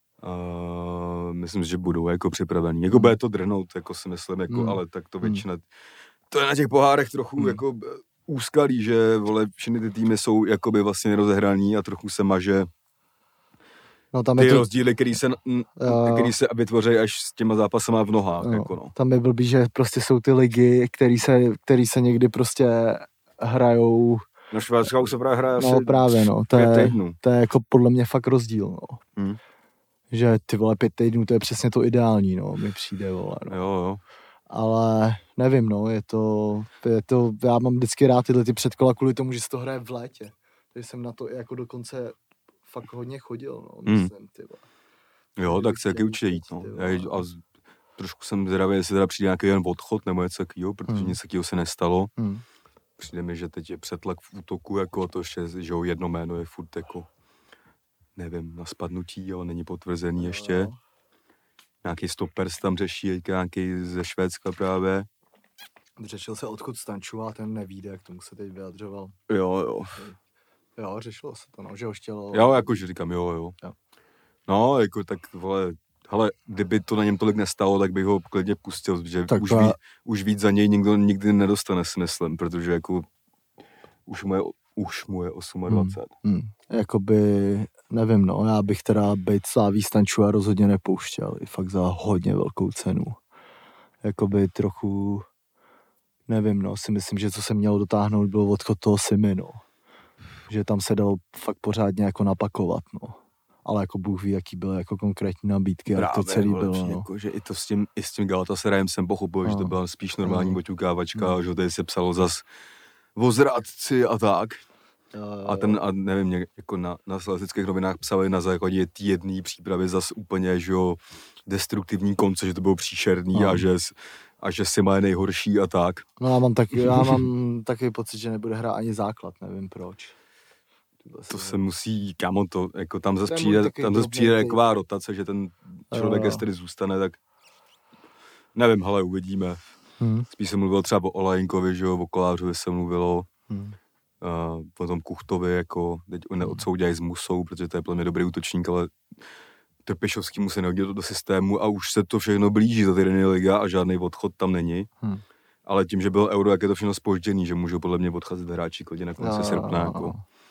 Uh, myslím, že budou jako připravení. Jako bude to drhnout, jako si myslím, jako, hmm. ale tak to většina... Hmm. To je na těch pohárech trochu hmm. jako úskalí, že vole, všechny ty týmy jsou jakoby vlastně rozehraný a trochu se maže No, tam ty je to... rozdíly, který se, který se vytvoří až s těma zápasama v nohách. No, jako no. Tam je blbý, že prostě jsou ty ligy, který se, který se někdy prostě hrajou... No Švédská už se právě hraje no, asi právě, no, to pět je, týdnů. To je jako podle mě fakt rozdíl, no. Hmm. Že ty vole pět týdnů, to je přesně to ideální, no, mi přijde, vole, no. Jo, jo. Ale nevím, no, je to, je to, já mám vždycky rád tyhle ty předkola kvůli tomu, že se to hraje v létě. Takže jsem na to jako dokonce fakt hodně chodil, no, myslím, hmm. ty vole. Jo, tak se taky určitě jít, no. Já, a z, trošku jsem zvědavý, jestli teda přijde nějaký jen odchod nebo něco takového, protože hmm. něco takového se nestalo. Hmm. Přijde mi, že teď je přetlak v útoku, jako to ještě, že jedno jméno je furt jako, nevím, na spadnutí, ale není potvrzený no. ještě. Nějaký stoppers tam řeší, nějaký ze Švédska právě. Řešil se odchod Stanču a ten nevíde, jak tomu se teď vyjadřoval. Jo, jo. Jo, řešilo se to, no, že ho chtělo... Jo, jakože říkám, jo, jo. jo. No, jako tak, vole, hele, kdyby to na něm tolik nestalo, tak bych ho klidně pustil, že už, a... ví, už víc za něj nikdo nikdy nedostane, si myslím, protože jako už mu je, už mu je dvacet osm. Hmm, hmm. Jakoby, nevím, no, já bych teda být Sláví Stanču a rozhodně nepouštěl, i fakt za hodně velkou cenu. Jakoby trochu, nevím, no, si myslím, že co se mělo dotáhnout, bylo odchod toho Simy, no. Že tam se dalo fakt pořádně jako napakovat, no. Ale jako Bůh ví, jaký byl jako konkrétní nabídky, jak to celý bylo, no. Jako, že i, to s tím, i s tím Galatasarajem jsem pochopil, no. že to byla spíš normální no. boťukávačka, no. že tady se psalo zas o zrádci a tak. Jo, a ten, a nevím, jako na, na sleznických novinách psali na základě té jedné přípravy zas úplně, že jo, destruktivní konce, že to bylo příšerný no. a že a že Sima je nejhorší a tak. No já mám, tak, já mám takový pocit, že nebude hrát ani základ, nevím proč. To se musí, kámo, to, jako tam zase přijde, tam zase přijde taková rotace, že ten člověk, jestli tady zůstane, tak nevím, hele, uvidíme. Hmm. Spíš se mluvil třeba o Olajinkovi, že jo, o Kolářovi se mluvilo, hmm. uh, potom Kuchtovi, jako, teď on neodsoudějí s Musou, protože to je plně dobrý útočník, ale Trpišovský musí nehodit do, do systému a už se to všechno blíží za týdenní liga a žádný odchod tam není. Hmm. Ale tím, že byl Euro, jak je to všechno zpožděný, že můžou podle mě odcházet hráči klidně na konci srpna, jako.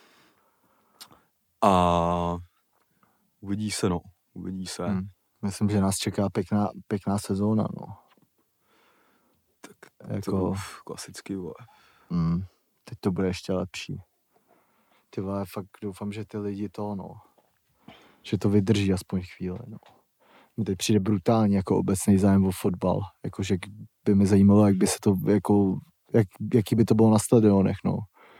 A uvidí se, no. Uvidí se. Hmm. Myslím, že nás čeká pěkná, pěkná sezóna, no. Tak jako... to uf, klasicky, vole. Hmm. Teď to bude ještě lepší. Ty vole, fakt doufám, že ty lidi to, no. Že to vydrží aspoň chvíli, no. Mně teď přijde brutálně jako obecný zájem o fotbal. Jakože by mě zajímalo, jak by se to, jako, jak, jaký by to bylo na stadionech, no.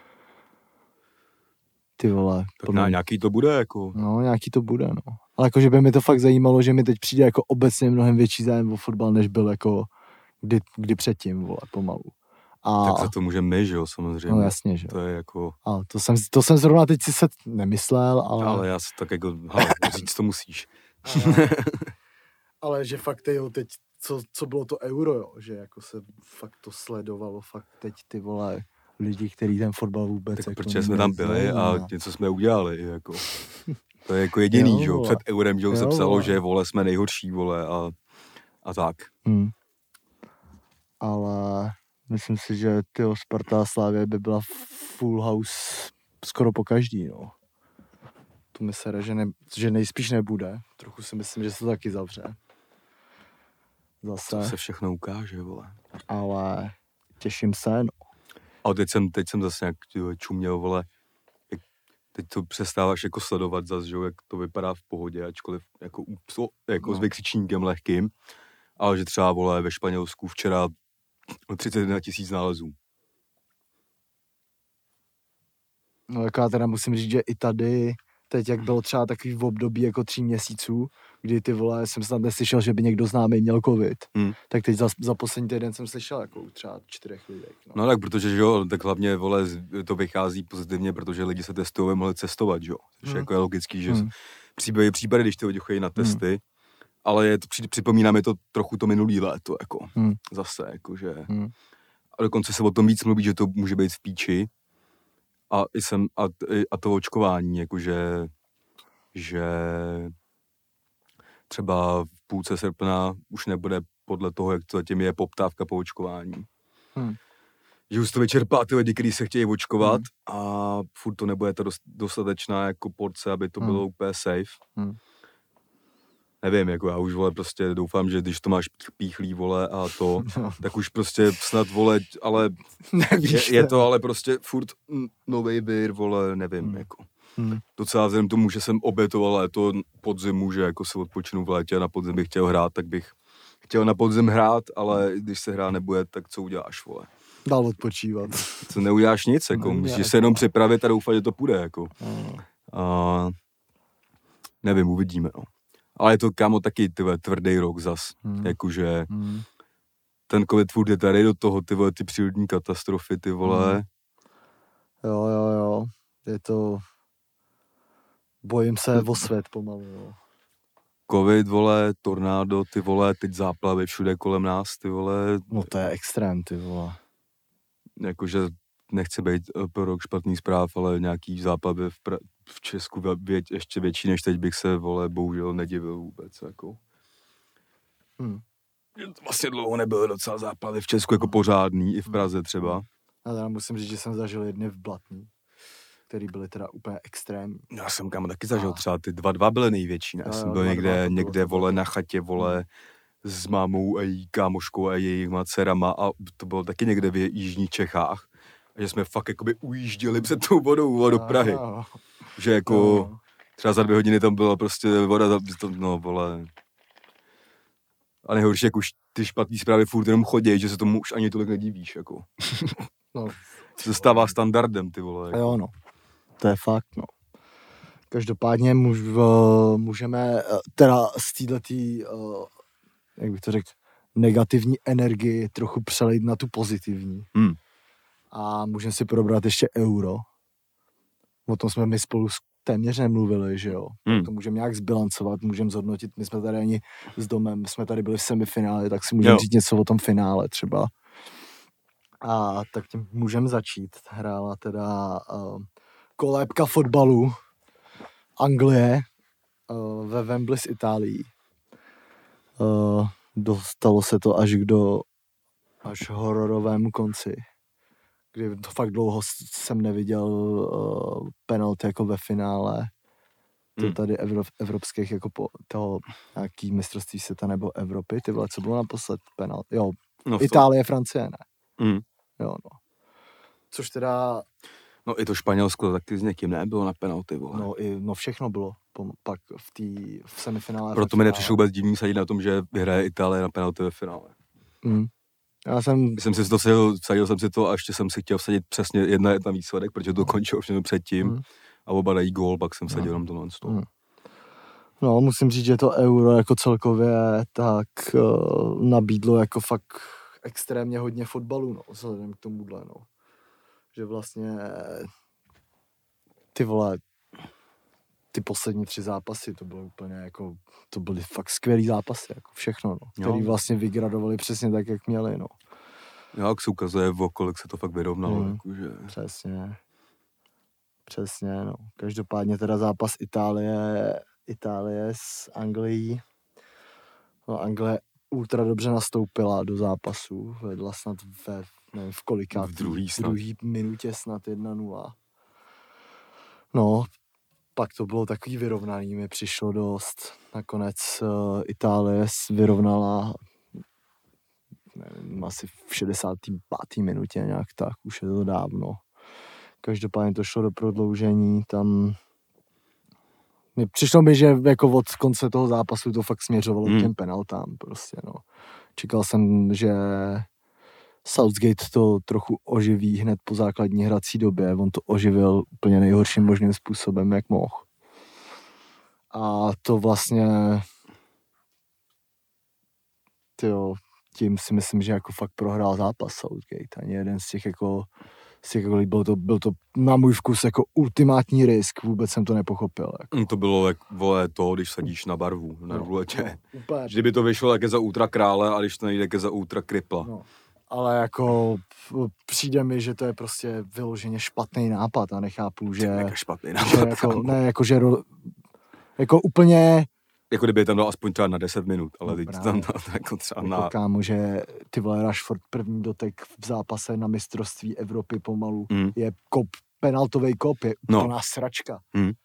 Ty vole. Tak podle... nějaký to bude, jako. No, nějaký to bude, no. Ale jakože by mi to fakt zajímalo, že mi teď přijde jako obecně mnohem větší zájem o fotbal, než byl jako kdy, kdy předtím, vole, pomalu. A... Tak za to můžeme my, že jo, samozřejmě. No jasně, že to je jako... A to jsem, to jsem zrovna teď si se nemyslel, ale... Ale já si tak jako, hele, říct to musíš. ale, ale že fakt, jo, teď, co, co bylo to Euro, jo, že jako se fakt to sledovalo, fakt teď ty vole... lidi, kteří ten fotbal vůbec... Tak jako protože jsme tam byli a něco jsme udělali, jako. To je jako jediný, že jo, před Eurem, že jo, se psalo, že vole, jsme nejhorší, vole, a, a tak. Hmm. Ale myslím si, že tyho Sparta a Slavia by byla full house skoro po každý, no. To mi sere, že, ne, že nejspíš nebude. Trochu si myslím, že se to taky zavře. Zase. To se všechno ukáže, vole. Ale těším se, no. A teď jsem, teď jsem zase nějak tyhle, čuměl, vole, jak teď to přestáváš jako sledovat zase, že, jak to vypadá v pohodě, ačkoliv jako, jako no. s vykřičníkem lehkým, ale že třeba, vole, ve Španělsku včera třicet jedna tisíc nálezů. No jako já teda musím říct, že i tady, teď jak bylo třeba takový v období jako tří měsíců, kdy ty vole, jsem snad neslyšel, že by někdo známý měl covid, hmm. tak teď za, za poslední týden jsem slyšel jako třeba čtyřech lidech. No. no tak protože, že jo, tak hlavně, vole, to vychází pozitivně, protože lidi se testují a mohli cestovat, že jo. Což hmm. jako je logický, že hmm. případy, případy, když ty lidi chodí na testy, hmm. ale je to, připomíná mi to trochu to minulý léto, jako hmm. zase, jakože. Hmm. A dokonce se o tom víc mluví, že to může být v píči. A, jsem, a, a to očkování, jakože, že třeba v půlce srpna už nebude podle toho, jak to zatím je poptávka po očkování. Hmm. Že už to vyčerpá ty lidi, kteří se chtějí očkovat hmm. a furt to nebude to dostatečná jako porce, aby to hmm. bylo úplně safe. Hmm. nevím, jako já už, vole, prostě doufám, že když to máš píchlý, vole, a to, no. tak už prostě snad, vole, ale Nevíš, je, je to ale prostě furt novej byr, vole, nevím, hmm. jako. Hmm. Docela vzhledem tomu, že jsem obětoval léto podzimu, že jako se odpočinu v létě a na podzim bych chtěl hrát, tak bych chtěl na podzim hrát, ale když se hrát nebude, tak co uděláš, vole? Dál odpočívat. Co neuděláš nic, jako, musíš se jenom připravit a doufat, že to půjde, jako. Hmm. A nevím, uvidíme, no. Ale je to, kámo, taky, tyhle, tvrdý rok zas, hmm. jakože hmm. ten covid furt je tady do toho, ty vole, ty přírodní katastrofy, ty vole. Hmm. Jo, jo, jo, je to, bojím se o svět pomalu, jo. Covid, vole, tornádo, ty vole, teď záplavy všude kolem nás, ty vole. No to je extrém, ty vole. Jakože nechci být pro rok špatný zpráv, ale nějaký záplavy v, pra- v Česku vě- ještě větší než teď bych se, vole, bohužel nedivil vůbec, jako. Hmm. Vlastně dlouho nebyly docela záplavy v Česku, jako pořádný, i v Praze třeba. A já musím říct, že jsem zažil jedny v Blatný, který byly teda úplně extrémní. Já jsem kámo taky zažil, třeba ty dva dva byly největší, ne? Já jsem byl dva, někde, dva, někde, vole, na chatě, vole, s mámou a její kámoškou a jejíma dcerama a to bylo taky někde v jižních Čechách. A že jsme fakt jakoby ujížděli před tou vodou do Prahy. No. Že jako no. třeba za dvě hodiny tam byla prostě voda, no vole. A nejhorší, jak už ty špatný zprávy furt jenom chodí, že se tomu už ani tolik nedivíš, jako. No. Se stává standardem, ty vole. Jako. Jo, no. To je fakt, no. Každopádně můž, můžeme teda z této, jak bych to řekl, negativní energii trochu přelejt na tu pozitivní. Hmm. A můžeme si probrat ještě euro. O tom jsme my spolu téměř nemluvili, že jo. Hmm. To můžeme nějak zbilancovat, můžeme zhodnotit. My jsme tady ani s domem, jsme tady byli v semifinále, tak si můžeme říct něco o tom finále třeba. A tak tím můžeme začít. Hrála teda uh, kolébka fotbalu Anglie uh, ve Wembley s Itálií. Uh, dostalo se to až k do až hororovému konci, kdy to fakt dlouho jsem neviděl uh, penalty jako ve finále. To tady Evro- evropských jako po toho nějaký mistrovství světa nebo Evropy, ty vole, co bylo naposled penalty? Jo, no Itálie, Francie, ne. Mm. Jo, no. Což teda... No i to Španělsko taky s někým nebylo na penalty, vole. No, i, no všechno bylo pom- pak v té v semifinále. Proto mi nepřišlo vůbec divný sadit na tom, že vyhraje Itálie na penalty ve finále. Mm. Já jsem... Jsem si to vsadil, vsadil jsem si to a ještě jsem si chtěl vsadit přesně jedna jedna výsledek, protože to končilo všechno předtím mm. a oba dají gól, pak jsem vsadil jenom mm. to non-stop. Mm. No, musím říct, že to euro jako celkově tak uh, nabídlo jako fakt extrémně hodně fotbalu, no, vzhledem k tomuhle, no. Že vlastně ty vole, ty poslední tři zápasy, to bylo úplně jako, to byly fakt skvělý zápasy, jako všechno, no. Který jo. vlastně vygradovali přesně tak, jak měli, no. Jo, jak se ukazuje v okolik se to fakt vyrovnalo, mm, jakože. Přesně. Přesně, no. Každopádně teda zápas Itálie, Itálie s Anglií. No, Anglie ultra dobře nastoupila do zápasu, vedla snad ve, nevím, v kolikátý, v druhý, v druhý minutě snad jedna nula. No, pak to bylo takový vyrovnaný, mi přišlo dost. Nakonec uh, Itálie vyrovnala, nevím, asi v šedesáté páté minutě nějak tak, už je to dávno. Každopádně to šlo do prodloužení, tam přišlo mi, že jako od konce toho zápasu to fakt směřovalo hmm. k těm penaltám prostě, no. Čekal jsem, že Southgate to trochu oživí hned po základní hrací době, on to oživil úplně nejhorším možným způsobem, jak mohl. A to vlastně tyjo, tím si myslím, že jako fakt prohrál zápas Southgate. Ani jeden z těch jako z těch jako byl to, byl to na můj vkus jako ultimátní risk, vůbec jsem to nepochopil. Jako. To bylo jak, vole, to, když sadíš na barvu, na no, ruletě. No, kdyby to vyšlo také za ultra krále, a když to nejde také za ultra kripla. No. Ale jako přijde mi, že to je prostě vyloženě špatný nápad a nechápu, že... Jako špatný nápad. Že jako, ne, jako, že jako úplně... Jako kdyby tam dal aspoň třeba na deset minut, ale no, teď tam dal jako třeba jako na... Kámo, že ty vole Rashford první dotek v zápase na mistrovství Evropy pomalu mm. je kop, penaltovej kop, je úplná no. sračka. Mm.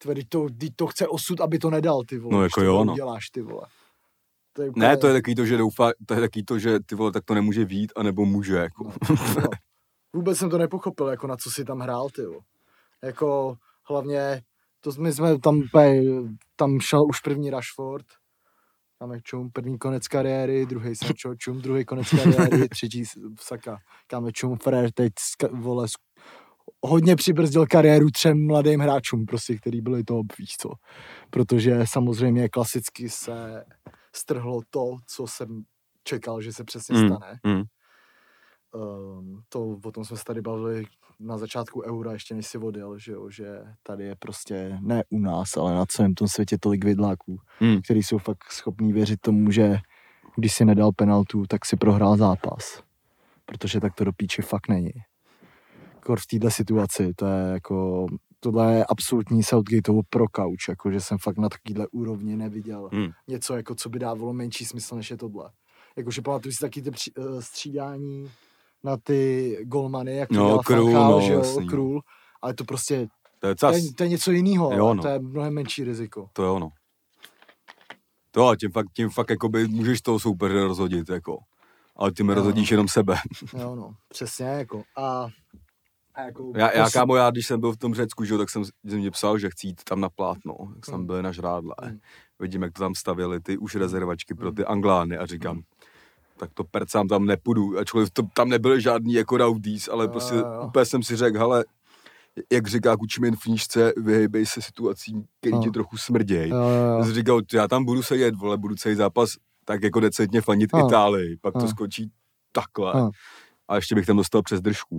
Tvrdy to, to chce osud, aby to nedal, ty vole. No jako jo, no. Uděláš, ty vole. To je úplně... Ne, to je takový to, že doufá, to je takový to, že ty vole, tak to nemůže vít, anebo může, jako. No, no. Vůbec jsem to nepochopil, jako na co si tam hrál, ty vole. Jako hlavně, to my jsme tam, tam šel už první Rashford, tam je čum, první konec kariéry, druhý Sancho, čum, druhý konec kariéry, třetí Saka, kam je čum, Frér teď, vole, hodně přibrzdil kariéru třem mladým hráčům, prostě, který byli top, víš co. Protože samozřejmě klasicky se strhlo to, co jsem čekal, že se přesně mm, stane. Mm. Um, to o tom jsme se tady bavili na začátku Eura, ještě než si odjel, že jo, že tady je prostě ne u nás, ale na celém tom světě tolik vidláků, mm. který jsou fakt schopní věřit tomu, že když si nedal penaltu, tak si prohrál zápas. Protože tak to do píči fakt není. Kor v této situaci, to je jako, tohle je absolutní Southgateovo pro kauč, jako že jsem fakt na takovýhle úrovni neviděl mm. něco, jako co by dávalo menší smysl, než je tohle. Jakože pamatuju si taky ty při, uh, střídání na ty golmany, jak to no, dělal Krul, Falcao, no, že jo, jasný. Krul, ale to prostě, to je, to je, to je něco jiného, jo, no. To je mnohem menší riziko. To je ono. To a tím fakt, tím fakt jakoby můžeš toho soupeře rozhodit, jako. Ale ty mi jo, rozhodíš no. jenom sebe. Jo, no, přesně, jako. A, a jako... Já, já, kámo, já, když jsem byl v tom Řecku, že, tak jsem, jsem mě psal, že chci jít tam na plátno. Tak jsem hmm. byl na žrádle. Hmm. Vidím, jak to tam stavěli, ty už rezervačky pro ty Anglány a říkám, hmm. tak to percám tam nepůjdu. Ačkoliv to, tam nebyly žádný jako rowdies, ale prostě jo, jo. úplně jsem si řekl, hele, jak říká Kučmin v knížce, vyhejbej se situacím, který ti trochu smrděj. Já jsem říkal, já tam budu sedět, vole, budu celý zápas tak jako decentně fanit jo. Itálii, pak jo. to skočí takhle. Jo. A ještě bych tam dostal přes držku.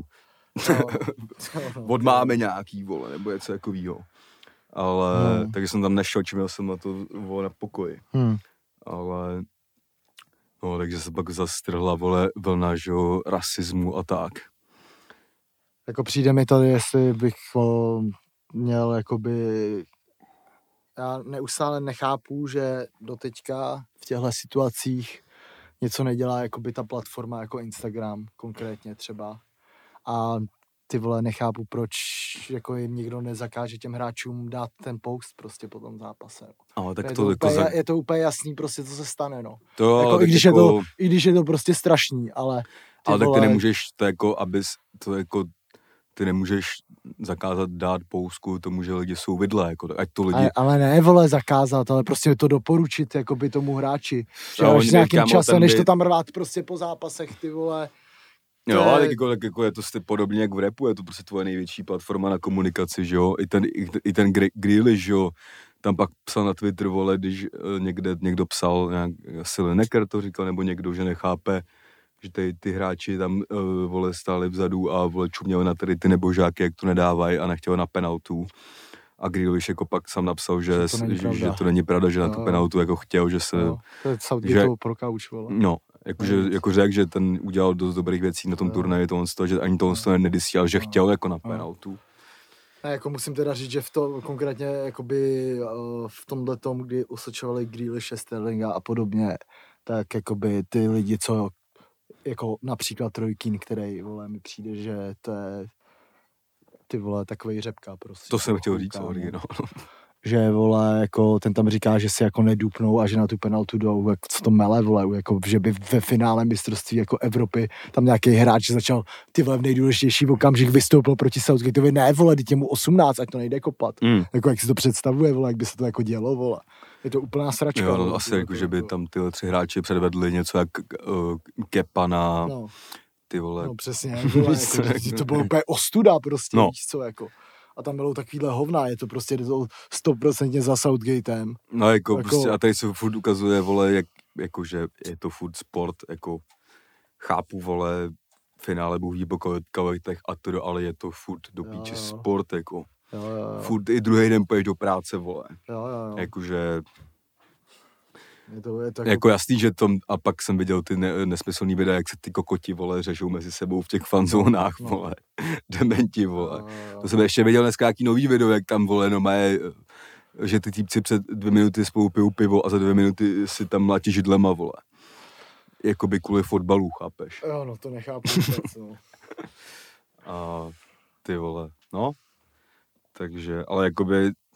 Odmáme nějaký, vole, nebo něco takovýho. Ale, hmm. takže jsem tam nešel, čím jsem na to, vole, na pokoji. Hmm. Ale, no, takže se pak zastrhla, vole, vlna, že jo, rasismu a tak. Jako přijde mi tady, jestli bych o, měl, jakoby, já neustále nechápu, že doteďka v těchto situacích něco nedělá, jakoby ta platforma, jako Instagram konkrétně třeba. A ty vole, nechápu, proč jako jim nikdo nezakáže těm hráčům dát ten post prostě po tom zápase. Ale tak je, to, to jako úplně, za... je to úplně jasný prostě, co se stane, no. To, jako, i, když jako... je to, I když je to prostě strašný, ale ty ale vole... tak ty nemůžeš to jako, abys to jako ty nemůžeš zakázat dát poustku tomu, že lidi jsou vidle, jako, ať to lidi... Ale, ale ne, vole, zakázat, ale prostě to doporučit, jakoby tomu hráči. Že až s nějakým časem, než by... to tam rvát prostě po zápasech, ty vole. Jo, ale tak jako, tak jako je to podobně jak v rapu, je to prostě tvoje největší platforma na komunikaci, že jo, i ten, i, i ten Grealish, že jo, tam pak psal na Twitter, vole, když někde někdo psal, nějak, asi Lineker to říkal, nebo někdo, že nechápe, že ty, ty hráči tam, uh, vole, stáli vzadu a, vole, čuměli na tady ty nebožáky, jak to nedávají a nechtěli na penaltu. A Grealish jako pak sám napsal, že, že, to, není že, že to není pravda, že no, na tu penaltu jako chtěl, že se... No, to je Southgateovo pro kauč, vole. No, jakože, jako řekl, že ten udělal dost dobrých věcí na tom no. turnaji, tohle, že ani tohle to nedysílal, že no. chtěl jako na penaltu. No. A jako musím teda říct, že v to konkrétně jakoby v tomhletom, kdy osočovali Grealishe, Sterlinga a podobně, tak jakoby ty lidi, co jako například Troy Keane, který, vole, mi přijde, že to je ty vole, takovej řepka prostě. To jsem chtěl říct, sorry, no. Že, vole, jako ten tam říká, že si jako nedupnou a že na tu penaltu jdou, jako, co to mele, vole, jako, že by ve finále mistrovství jako Evropy tam nějaký hráč začal, ty vole, v nejdůležitější okamžik vystoupil proti Southgateovi, ne, vole, teď je mu osmnáct, ať to nejde kopat. Mm. Jako, jak si to představuje, vole, jak by se to jako dělo, vole. Je to úplná sračka. Jo, no, vole, asi to, jako, to, že by to. tam tyhle tři hráči předvedli něco jak uh, Kepa na no. ty vole. No přesně, vole, jako, to bylo úplně ostuda prostě, no. víš co, jako. A tam bylo takovýhle hovna, je to prostě stoprocentně za Southgatem. No jako, jako prostě, a tady se furt ukazuje, vole, jak, jako, že je to furt sport, jako chápu, vole, finále Bůh ví po kvalitech a to, ale je to furt do píče sport, jako. Jo, jo, jo. Furt i druhý den půjdeš do práce, vole. Jo, jo, jo. Jakože... Je to, je to jako... jako jasný, že to, a pak jsem viděl ty ne, nesmyslný videa, jak se ty kokoti, vole, řežou mezi sebou v těch fanzónách, no, vole, dementi, vole. No, no, no. To jsem ještě viděl dneska nějaký nový video, jak tam, vole, no mají, že ty týpci před dvě minuty spolu pijou pivo a za dvě minuty si tam mlátí židlema, vole. Jakoby kvůli fotbalu, chápeš? Jo, no to nechápu vůbec, no. A ty vole, no. Takže, ale jakoby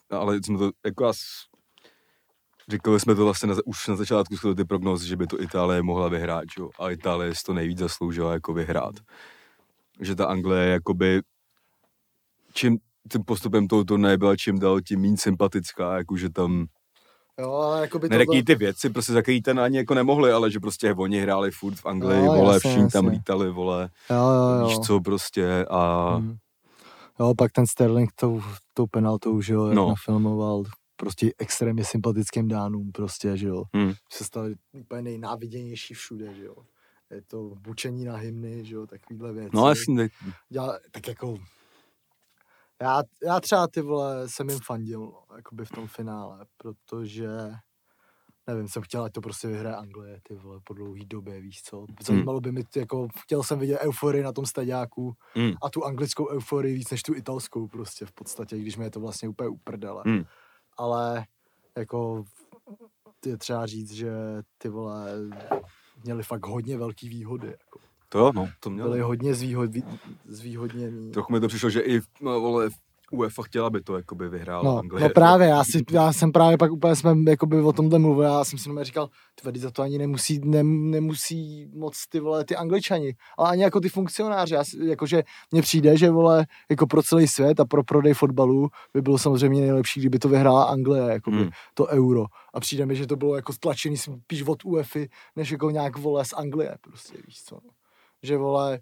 ale jsme to jako as, říkali jsme to vlastně na, už na začátku ty prognózy, že by to Itálie mohla vyhrát, jo? A Itálie si to nejvíc zasloužila jako vyhrát. Že ta Anglie jakoby čím tím postupem toho turnaje byla čím dál tím méně sympatická, jakože tam jo, ale jakoby nereký ty věci, prostě za který ten ani jako nemohli, ale že prostě oni hráli furt v Anglii, jo, vole, jasně, všichni tam jasně. Lítali, vole, jo, jo, jo. víš co prostě a... Hmm. Jo, pak ten Sterling tou, tou penaltou, že jo, jak no. nafilmoval prostě extrémně sympatickým Dánům prostě, že jo. Hmm. Se stali úplně nejnáviděnější všude, že jo. Je to bučení na hymny, že jo, takovýhle věci. No jasně. Já, tak jako... Já, já třeba ty vole jsem jim fandil, no, jakoby v tom finále, protože, nevím, jsem chtěl, ať to prostě vyhraje Anglie, ty vole, po dlouhý době, víš co. Zajímalo by mi, jako, chtěl jsem vidět euforii na tom staďáku mm. a tu anglickou euforii víc než tu italskou prostě v podstatě, když mi je to vlastně úplně uprdele. Mm. Ale, jako, je třeba říct, že ty vole měli fakt hodně velký výhody, jako. To jo, no, to mělo. Byli hodně zvýhod, zvýhodněný. Trochu mi to přišlo, že i no, vole, UEFA chtěla by to jakoby vyhrála no, Anglie. No právě, já, si, já jsem právě pak úplně jsme jakoby o tomhle mluvil, já jsem si říkal, ty za to ani nemusí, ne, nemusí moc ty vole, ty Angličani, ale ani jako ty funkcionáři, já, jakože mně přijde, že vole, jako pro celý svět a pro prodej fotbalu by bylo samozřejmě nejlepší, kdyby to vyhrála Anglie, jakoby hmm. to euro. A přijde mi, že to bylo jako stlačený spíš od UEFA, než jako nějak vole z Anglie, prostě, víš co. Že vole,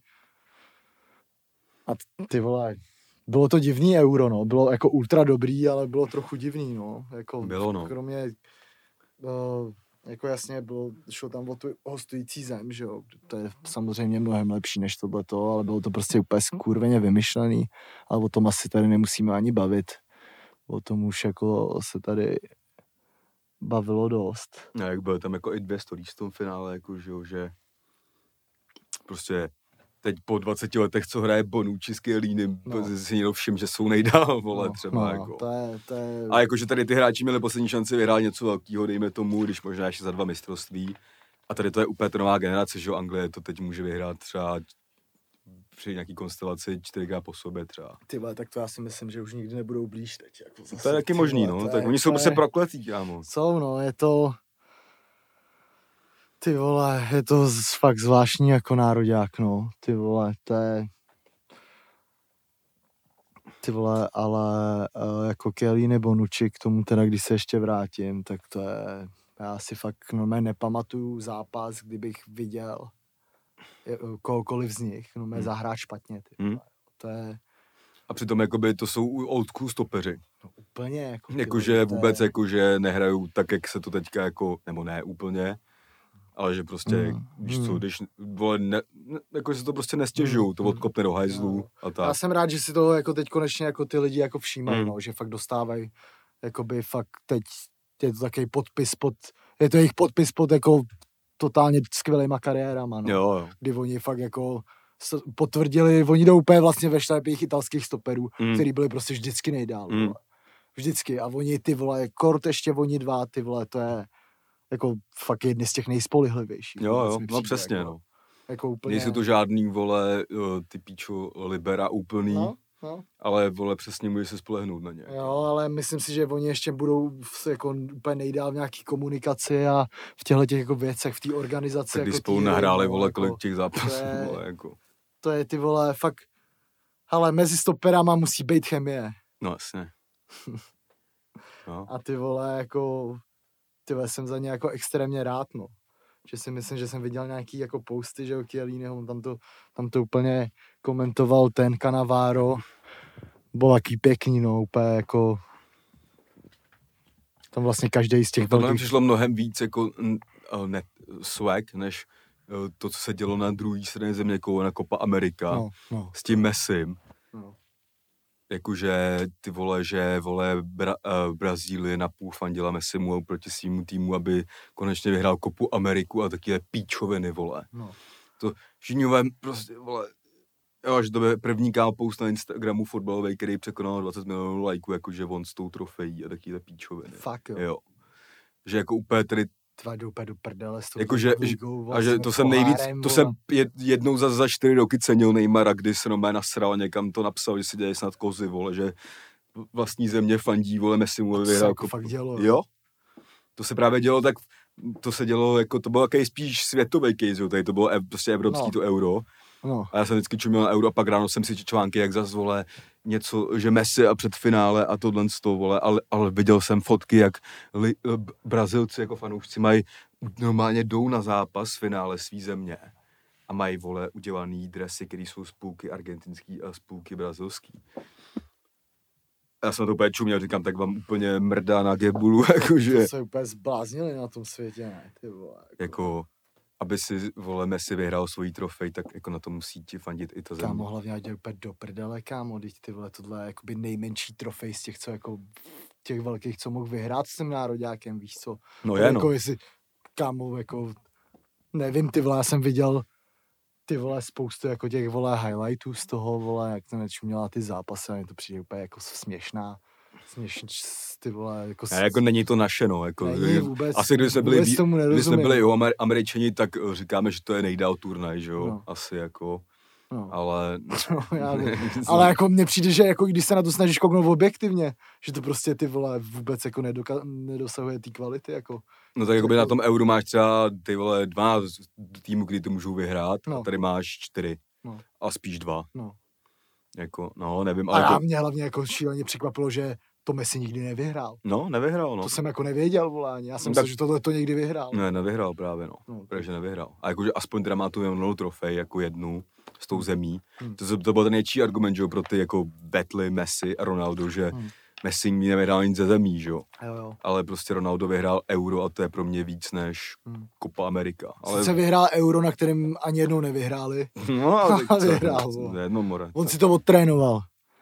a ty vole, bylo to divný euro, no, bylo jako ultra dobrý, ale bylo trochu divný, no, jako bylo, no. Kromě, uh, jako jasně bylo, šlo tam o tu hostující zem, že jo, to je samozřejmě mnohem lepší než tohleto, ale bylo to prostě úplně skurveně vymyšlený, ale o tom asi tady nemusíme ani bavit, o tom už jako se tady bavilo dost. No, jak bylo tam jako i dvě stories v tom finále, jako, že jo, že prostě teď po dvaceti letech, co hraje Bonucci s Chiellinem, no. si někdo všim, že jsou nejdál, vole, no, třeba, no, jako. To je, to je... A jakože tady ty hráči měli poslední šanci vyhrát něco velkého, dejme tomu, když možná ještě za dva mistrovství. A tady to je úplně to nová generace, že jo, Anglie to teď může vyhrát třeba při nějaký konstelaci čtyřikrát po sobě třeba. Ty vole, tak to já si myslím, že už nikdy nebudou blíž teď. Jako zase, to je taky možný, no, tak je, oni jsou prostě prokletí, kámo. Jsou, no, je to... Ty vole, je to fakt zvláštní jako nároďák, no. Ty vole, to je... Ty vole, ale uh, jako Chiellini nebo Bonucci, k tomu teda, když se ještě vrátím, tak to je... Já si fakt normálně nepamatuju zápas, kdybych viděl kohokoliv z nich, no mě hmm. zahrát špatně, ty vole. Hmm. To je... A přitom jakoby to jsou old school stopeři. No úplně, jako... Jakože vůbec, je... jakože nehrajou tak, jak se to teďka jako, nebo ne úplně, ale že prostě, mm. když co, když, vole, ne, ne, jako se to prostě nestěžují, mm. to odkopne do hajzlu no. a tak. Já jsem rád, že si to jako teď konečně jako ty lidi jako všímají, mm. no, že fakt dostávají, jakoby fakt teď je to takový podpis pod, je to jejich podpis pod jako totálně skvělýma kariérama, no. Jo, jo. Kdy oni fakt jako potvrdili, oni jdou úplně vlastně ve šlepích italských stoperů, mm. který byli prostě vždycky nejdál, mm. vždycky a oni ty vole, kort ještě oni dva, ty vole, to je jako fakt jedny z těch nejspolehlivějších. Jo, jo, no přesně, jako, no. Jako úplně... Nejsou to žádný, vole, ty píčo, libera úplný, no, no. ale, vole, přesně může se spolehnout na ně. Jo, ale myslím si, že oni ještě budou jako úplně nejdál v nějaký komunikaci a v těchto těch jako věcech, v té organizaci. Tak když jako spolu nahráli, vole, kolik jako, těch zápasů, to je, vole, jako. To je, ty vole, fakt, ale mezi stoperama musí být chemie. No, jasně. No. A ty vole, jako... Tyhle jsem za ně jako extrémně rád, no. Že si myslím, že jsem viděl nějaký jako posty, že o Chielliniho, on tam to, tam to úplně komentoval ten Cannavaro. Byl taký pěkný, no, úplně jako... Tam vlastně každý z těch... To velkých... přišlo mnohem víc jako ne, swag, než to, co se dělo na druhé straně země, jako na Copa America, no, no. s tím Messim. No. Jakože ty vole, že vole Bra, uh, Brazílie napůl fandila Messimu proti svýmu týmu, aby konečně vyhrál Copu Ameriku a takové píčoviny, vole. No. To Žíňové prostě, vole, jo, že to byl první post na Instagramu fotbalový, který překonal dvacet milionů lajků, jakože on s tou trofejí a takové píčoviny. Fakt jo. Jo. Že jako úplně tady Tva jdu úplně do prdele s tou jakože, a že to jsem nejvíc, to jsem jednou za, za čtyři roky cenil Neymara, kdy se normálně nasral někam to napsal, že si dělají snad kozy, vole, že vlastní země fandí, vole, Messi mu To se vyhrál. jako fakt dělo. Jo? To se právě dělo tak, to se dělo jako, to byl takový spíš světový case, jo, tady to bylo ev, prostě evropský No. to euro. No. A já jsem vždycky čuměl na euro a pak ráno jsem si články, jak zas, vole, něco, že Messi a před finále a tohle z toho, vole, ale, ale viděl jsem fotky, jak li, Brazilci jako fanoušci mají, normálně jdou na zápas v finále svý země a mají, vole, udělaný dresy, které jsou z půlky argentinský a z půlky brazilský. Já jsem to úplně čuměl, říkám, tak vám úplně mrdá na gebulu, jakože... To se úplně zbláznili na tom světě, ne, ty vole. Jako, jako aby si, vole, Messi vyhrál svojí trofej, tak jako na to musí ti fandit i ta země. kámo, hlavně ať jde úplně do prdele, kámo, teď ty vole, tohle je jakoby nejmenší trofej z těch, co jako, těch velkých, co mohl vyhrát s tím nároďákem, víš co. No To je, jako no. jestli, kámo, jako, nevím, ty vole, já jsem viděl ty vole spoustu jako těch vole highlightů z toho, vole, jak to nečuměla ty zápasy, a mně to přijde úplně jako směšná, směšný, ty vole, jako... Ne, jako není to naše, no. Jako, Není vůbec, asi když jsme byli, vůbec tomu když jsme nerozumím. byli jo, Amer, Američani, tak uh, říkáme, že to je nejdál turnaj, že jo, No. asi jako, No. ale... No, já vím. Ale jako mně přijde, že jako když se na to snažíš kouknout objektivně, že to prostě ty vole vůbec jako nedoka- nedosahuje té kvality, jako. No tak jakoby na tom euru máš třeba ty vole dvanáct týmů, kdy to můžou vyhrát, No. a tady máš čtyři. No. A spíš dva. No. Jako, no, nevím, A ale já to... mě hlavně jako šíleně překvapilo, že to Messi nikdy nevyhrál. No, nevyhrál, no. To jsem jako nevěděl, volání. Já jsem No, tak- myslel, že tohle to někdy vyhrál. Ne, nevyhrál právě, no. No. Protože nevyhrál. A jakože aspoň teda má tu jenom trofej, jako jednu s tou zemí. Hmm. To, to byl ten největší argument, že jo, pro ty jako Betly, Messi a Ronaldo, že Hmm. Messi nikdy nevyhrál nic ze zemí, že jo. Jo, jo. Ale prostě Ronaldo vyhrál euro a to je pro mě víc než Hmm. Copa America. Ale... Sice vyhrál euro, na kterém ani jednou nevyhráli. No, ale tak co? Vyhrál, To vole. je jedno more. On si to odtrénoval.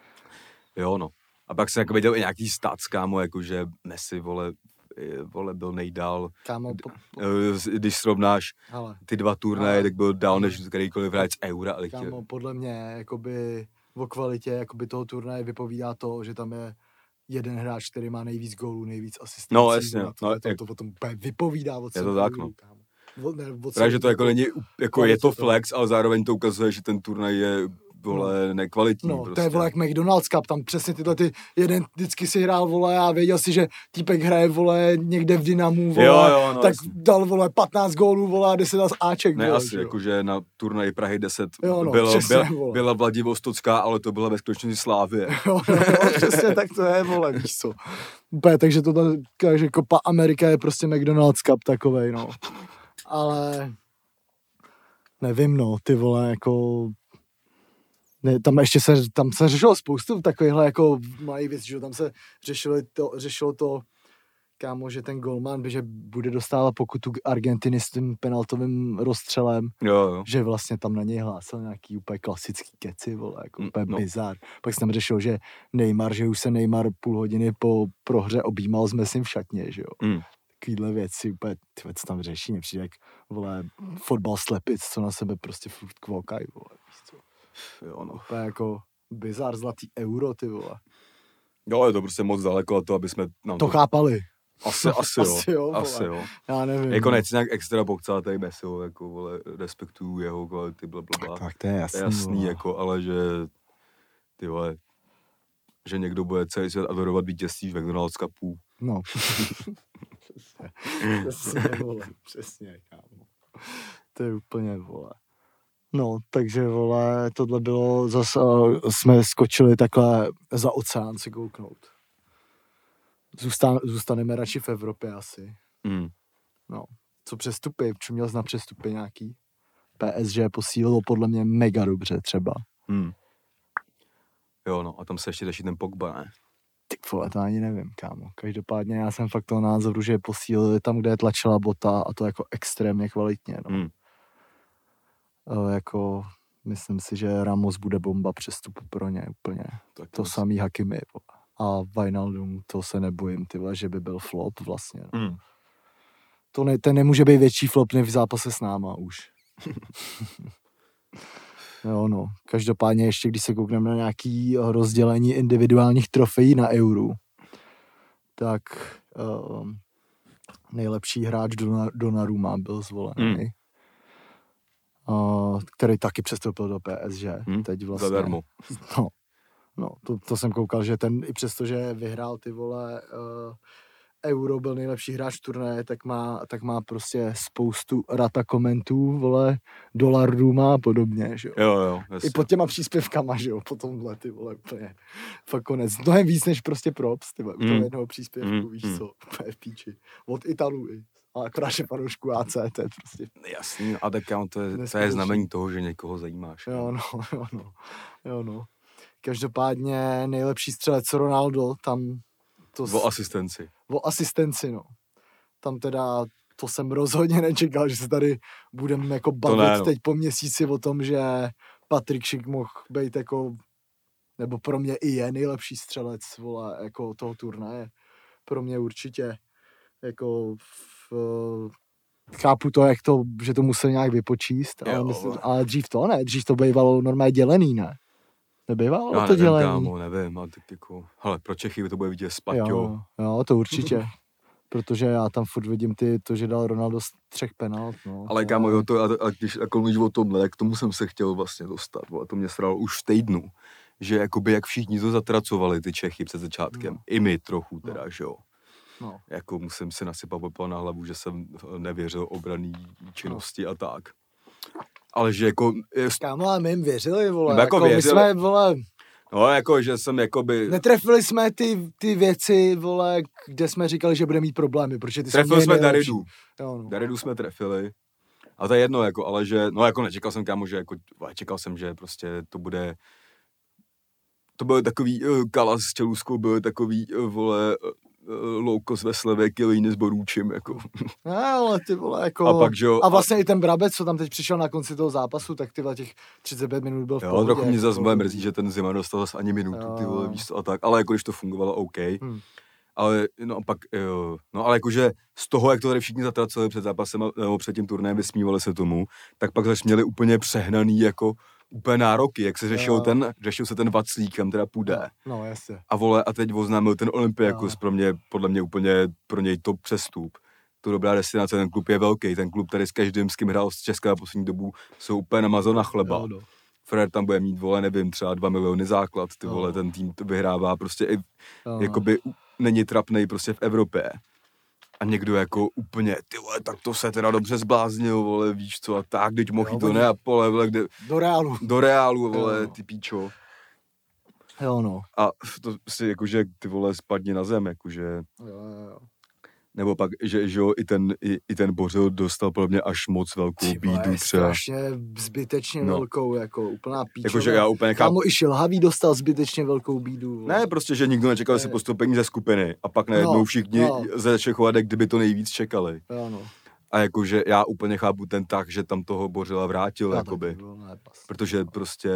Jo, no. A pak jsem jako viděl i nějaký stats, kámo, jakože Messi, vole, eh, vole, byl nejdál. Kámo, po, po, Eh, Když srovnáš hele, ty dva turnaje, Ale- tak byl dál než kterýkoliv hráč z eura, ale chtěl... kámo, podle mě, jakoby o kvalitě jakoby toho turnaje vypovídá to, že tam je jeden hráč, který má nejvíc gólů, nejvíc asistencí. No, jasně, vole, no, to, to, jak- to potom úplně vypovídá o Je celém to tak, euru, no. kámo. O, ne, o Právě, celém že to jako není, jako kvalitě je to toho. flex, ale zároveň to ukazuje, že ten turnaj je, vole, nekvalitní. No, prostě. to je, vole, jak McDonald's Cup, tam přesně tyhle ty, jeden vždycky si hrál, vole, a věděl si, že týpek hraje, vole, někde v Dynamu, vole, Jo, jo, no, tak jasně. dal, vole, patnáct gólů, vole, a deset áček, Ne, vole, asi, že jo. jakože na turnaji Prahy deset Jo, no, byla, přesně, byla, vole. byla Vladivostocká, ale to byla ve skutečnosti Slávie. Jo, jo, jo, přesně tak to je, vole, víš co. Úplně, takže to takže Copa Amerika je prostě McDonald's Cup takovej, no. Ale nevím, no, ty vole, jako ne, tam ještě se, tam se řešilo spoustu takovýchhle jako malých věcí, že jo, tam se řešilo to, řešilo to, kámo, že ten golman, že bude dostávat pokutu Argentiny s tím penaltovým rozstřelem, Jo, jo. že vlastně tam na něj hlásil nějaký úplně klasický keci, vole, jako Mm, úplně no. bizar. Pak jsem řešil, že Neymar, že už se Neymar půl hodiny po prohře objímal s Messim v šatně, že jo. Mm. Takovýhle věci, úplně, ty co tam řeší, mě přijde jak, vole, fotbal slepic, co na sebe prostě furt kvokají, vole, víš co. Jo, no. Úplně jako bizar, zlatý euro, ty vole. Jo, je to prostě moc daleko a to, aby jsme... Nám To chápali. Asi, asi, jo. Asi jo, vole. Asi jo. Já nevím. Jako no. nechci nějak extra pokcát tady Messiho, jako, vole, respektuju jeho kvality, blablabla. Tak to je jasný, To je jasný, vole. jako, ale že, ty vole, že někdo bude celý svět adorovat vítězství v McDonald's Cupu. No. Přesně. Přesně, vole. Přesně, kámo. To je úplně, vole. No, takže, vole, tohle bylo zase, uh, jsme skočili takhle za oceán si kouknout. Zůstan, zůstaneme radši v Evropě asi. Mm. No, co přestupy? Čuměl jsi na přestupy nějaký? P S G posílilo podle mě mega dobře třeba. Mm. Jo, no, a tam se ještě řeší ten Pogba, ne? Ty vole, to ani nevím, kámo. Každopádně já jsem fakt toho názoru, že posílili tam, kde je tlačila bota a to jako extrémně kvalitně, no. Mm. E, jako, myslím si, že Ramos bude bomba přestupu pro ně úplně. Tak To samý Hakimi, vole. A Wijnaldum, to se nebojím, ty vole, že by byl flop vlastně, no. Mm. To ne, ten nemůže být větší flop než v zápase s náma už. Jo, no. Každopádně ještě, když se koukneme na nějaký rozdělení individuálních trofejí na euru, tak um, nejlepší hráč Dona- Donnarumma byl zvolený. Mm. Uh, který taky přestoupil do P S G. Mm. Teď vlastně. Zadarmo. No. No, to, to jsem koukal, že ten, i přesto, že vyhrál ty vole uh, Euro, byl nejlepší hráč turnaje, tak má, tak má prostě spoustu rata komentů, vole, dolarů má a podobně, že jo. Jo, jo, jasně. I pod těma příspěvkama, že jo, po tomhle, ty vole, úplně, fakt konec. Mnohem víc než prostě props, ty vole, u toho Mm. jednoho příspěvku, Mm, víš mm. co, úplně v píči. Od Italů i, ale akorát, že fanoušku A C, to je prostě, Jasný, a tak kámo, to je, to je Neskutečný. znamení toho, že někoho zajímáš. jo no, jo no, jo no. Každopádně nejlepší střelec Ronaldo, tam to... O asistenci. O asistenci, no. Tam teda, to jsem rozhodně nečekal, že se tady budeme jako bavit ne, no. teď po měsíci o tom, že Patrik Schick mohl být jako, nebo pro mě i je nejlepší střelec, vole, jako toho turnaje. Pro mě určitě. Jako v, chápu to, jak to, že to musel nějak vypočíst, ale, Jo, myslím, vole. ale dřív to ne, dřív to bývalo normálně dělený, ne? Nebývalo Já to nevím, dělený? kámo, nevím, ale tak jako, hele, pro Čechy to bude vidět s Paťou. Jo, jo, to určitě. Protože já tam furt vidím ty, to, že dal Ronaldo z třech penalt. No, Ale to kámo, je- jo, to, a, a když jako mluvíš o tomhle, tak k tomu jsem se chtěl vlastně dostat, vole, to mě sralo už v týdnu, že jakoby jak všichni to zatracovali, ty Čechy před začátkem, No. I my trochu teda, že jo. No, Jako musím si nasypat popel na hlavu, že jsem nevěřil obraný činnosti a tak. Ale že jako, je- kámo, ale my jim věřili, vole. No, jako jako my věřili. jsme, vole, no jako, že jsem jakoby, netrefili jsme ty, ty věci, vole, kde jsme říkali, že bude mít problémy, protože ty trefili jsou jsme nejlepší. Daridu, Jo, no. Daridu jsme trefili. A to je jedno, jako, ale že, no jako nečekal jsem, kámo, že jako, vole, čekal jsem, že prostě to bude, to byl takový uh, Kalas s Čeluskou, byl takový, uh, vole, uh, loukos ve slevě, kilíny s Borůčím, jako. Ne, ale ty vole, jako... A pak, že jo, A vlastně i ten Brabec, co tam teď přišel na konci toho zápasu, tak ty vole těch třicet pět minut byl v jo, pohodě. trochu mě jako, zase bude mrzí, že ten Zima dostal zase ani minutu, ty vole, Jo. víš co, a tak, ale jako když to fungovalo, OK. Hmm. Ale, no a pak, jo, no ale jakože z toho, jak to tady všichni zatraceli před zápasem, nebo před tím turnajem, vysmívali se tomu, tak pak zase měli úplně přehnaný, jako úplně nároky, jak se řešil Jo. ten, řešil se ten Vaclík, kam teda půjde. No, no, jasně. A vole, a teď oznámil ten Olympiakos, Jo. pro mě, podle mě úplně pro něj top přestup. To dobrá destinace, ten klub je velký, ten klub tady s každým, s kým hrál z Česka na poslední dobu, jsou úplně namazon na chleba. Jo, no. Fred tam bude mít, vole, nevím, třeba dva miliony základ, ty vole, Jo. ten tým to vyhrává, prostě i, Jo, no. jakoby u- není trapnej prostě v Evropě. A někdo jako úplně, ty vole, tak to se teda dobře zbláznil, vole, víš co, a tak, teď mohl Jo, jít do oni- Neapole, vole, kde, Do Reálu. do Reálu, vole, Jo. ty píčo. Jo, no. A to si jakože ty vole spadni na zem, jakože, Jo, jo, jo. nebo pak, že, že jo, i ten, i, i ten Bořil dostal podle mě až moc velkou Ty vole, bídu třeba. strašně zbytečně No. velkou, jako úplná píčovina. Jakože já úplně chápu. Kámo, i Šilhavý dostal zbytečně velkou bídu. vole. Ne, prostě, že nikdo nečekal si Ne. postoupení ze skupiny a pak najednou No, všichni no. začali chovat, jak kdyby to nejvíc čekali. Jo, no. A jakože já úplně chápu ten tak, že tam toho Bořila vrátil, Já jakoby. taky, vole, ne, pas. Protože prostě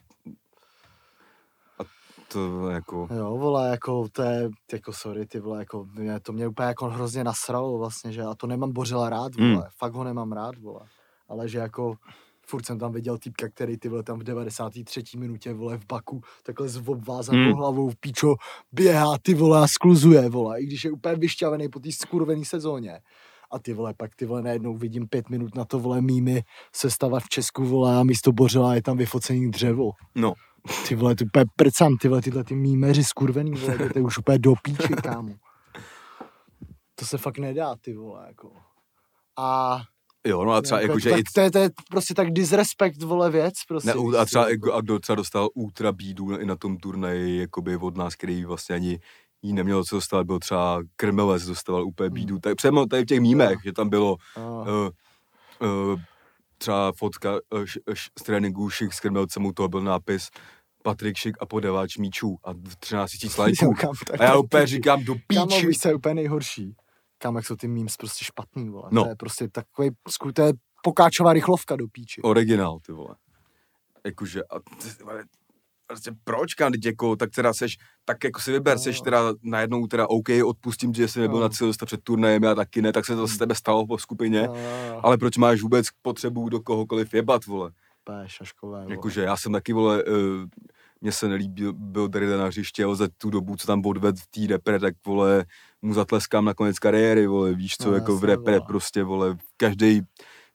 a to jako, Jo, vole, jako to je, jako sorry, ty vole, jako mě, to mě úplně jako hrozně nasralo vlastně, že já to nemám Bořila rád, vole, Hmm. fakt ho nemám rád, vole, ale že jako furt jsem tam viděl týpka, který ty vole tam v devadesáté třetí minutě, vole, v Baku, takhle s obvázanou Hmm. hlavou v píčo běhá, ty vole, a skluzuje, vole, i když je úplně vyšťavený po té skurvený sezóně. A ty vole, pak ty vole najednou vidím pět minut na to, vole, mými sestava v Česku, vole, a místo Bořila je tam vyfocený dřevo. no, Ty vole, ty úplně prcám, ty vole, tyhle ty mímeři skurvený, vole, to je už úplně do píči, kámo. To se fakt nedá, ty vole, jako. A... jo, no a třeba jako, jakože tak, i, to, je, to je prostě tak disrespekt, vole, věc, prostě. ne, víš a co, třeba jako. jako, a kdo třeba dostal ultra bídu i na tom turnaji, jakoby od nás, který vlastně ani jí nemělo co dostat, byl třeba Krmelec, dostával úplně bídu, tak přemo tady v těch mímech, že tam bylo A, uh, uh, třeba fotka uh, š, š, z tréninku Šik s Krmelcem, u toho byl nápis Patrik Šik a podeváč míčů a třináct tisíc lajků. kam, tak, A já úplně říkám do Kámo, píči. víš, co je úplně nejhorší? Kámo, jak jsou ty memes prostě špatný, vole. No. To je prostě takový, sku- to je pokáčová rychlovka do píči. Originál, ty vole. Jakože, a ty vole, prostě proč, kam, teď jako, tak teda seš, tak jako si vyber, No. seš teda najednou teda OK, odpustím ti, že jsi nebyl No. na cíl dostat před turnajem, já taky ne, tak se to z tebe stalo po skupině, No, no, no. ale proč máš vůbec potřebu do kohokoliv jebat, vole. Úplně šaškové, vole. Jakože já jsem taky, vole, uh, mně se nelíbil, byl tady na hřiště, ale za tu dobu, co tam odvedl v té repre, tak, vole, mu zatleskám na konec kariéry, vole, víš co, No, jako v jasně, repre vole. prostě, vole, každý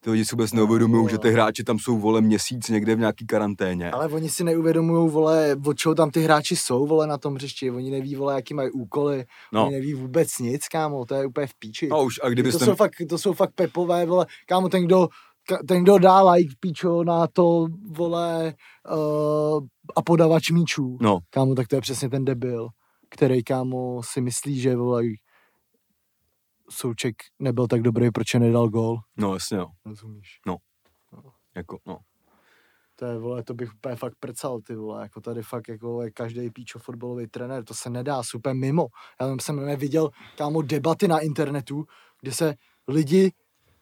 ty lidi si vůbec neuvědomují, že ty hráči tam jsou, vole, měsíc někde v nějaký karanténě. Ale oni si neuvědomují, vole, od čeho tam ty hráči jsou, vole, na tom hřišti, oni neví, vole, jaký mají úkoly, no. Oni neví vůbec nic, kámo, to je úplně v píči. No už, a kdyby to, jste... jsou fakt, to jsou fakt pepové, vole, kámo, ten, kdo, ten, kdo dá like, píčo, na to, vole, uh, a podavač míčů, no. Kámo, tak to je přesně ten debil, který, kámo, si myslí, že, vole, Souček nebyl tak dobrý, proč nedal gól. No, jasně, no. Rozumíš? No. no. Jako, no. To je, vole, to bych úplně fakt prcal, ty vole, jako tady fakt, jako je každý píčo fotbalový trenér, to se nedá, super mimo. Já jsem neviděl, kámo, debaty na internetu, kde se lidi,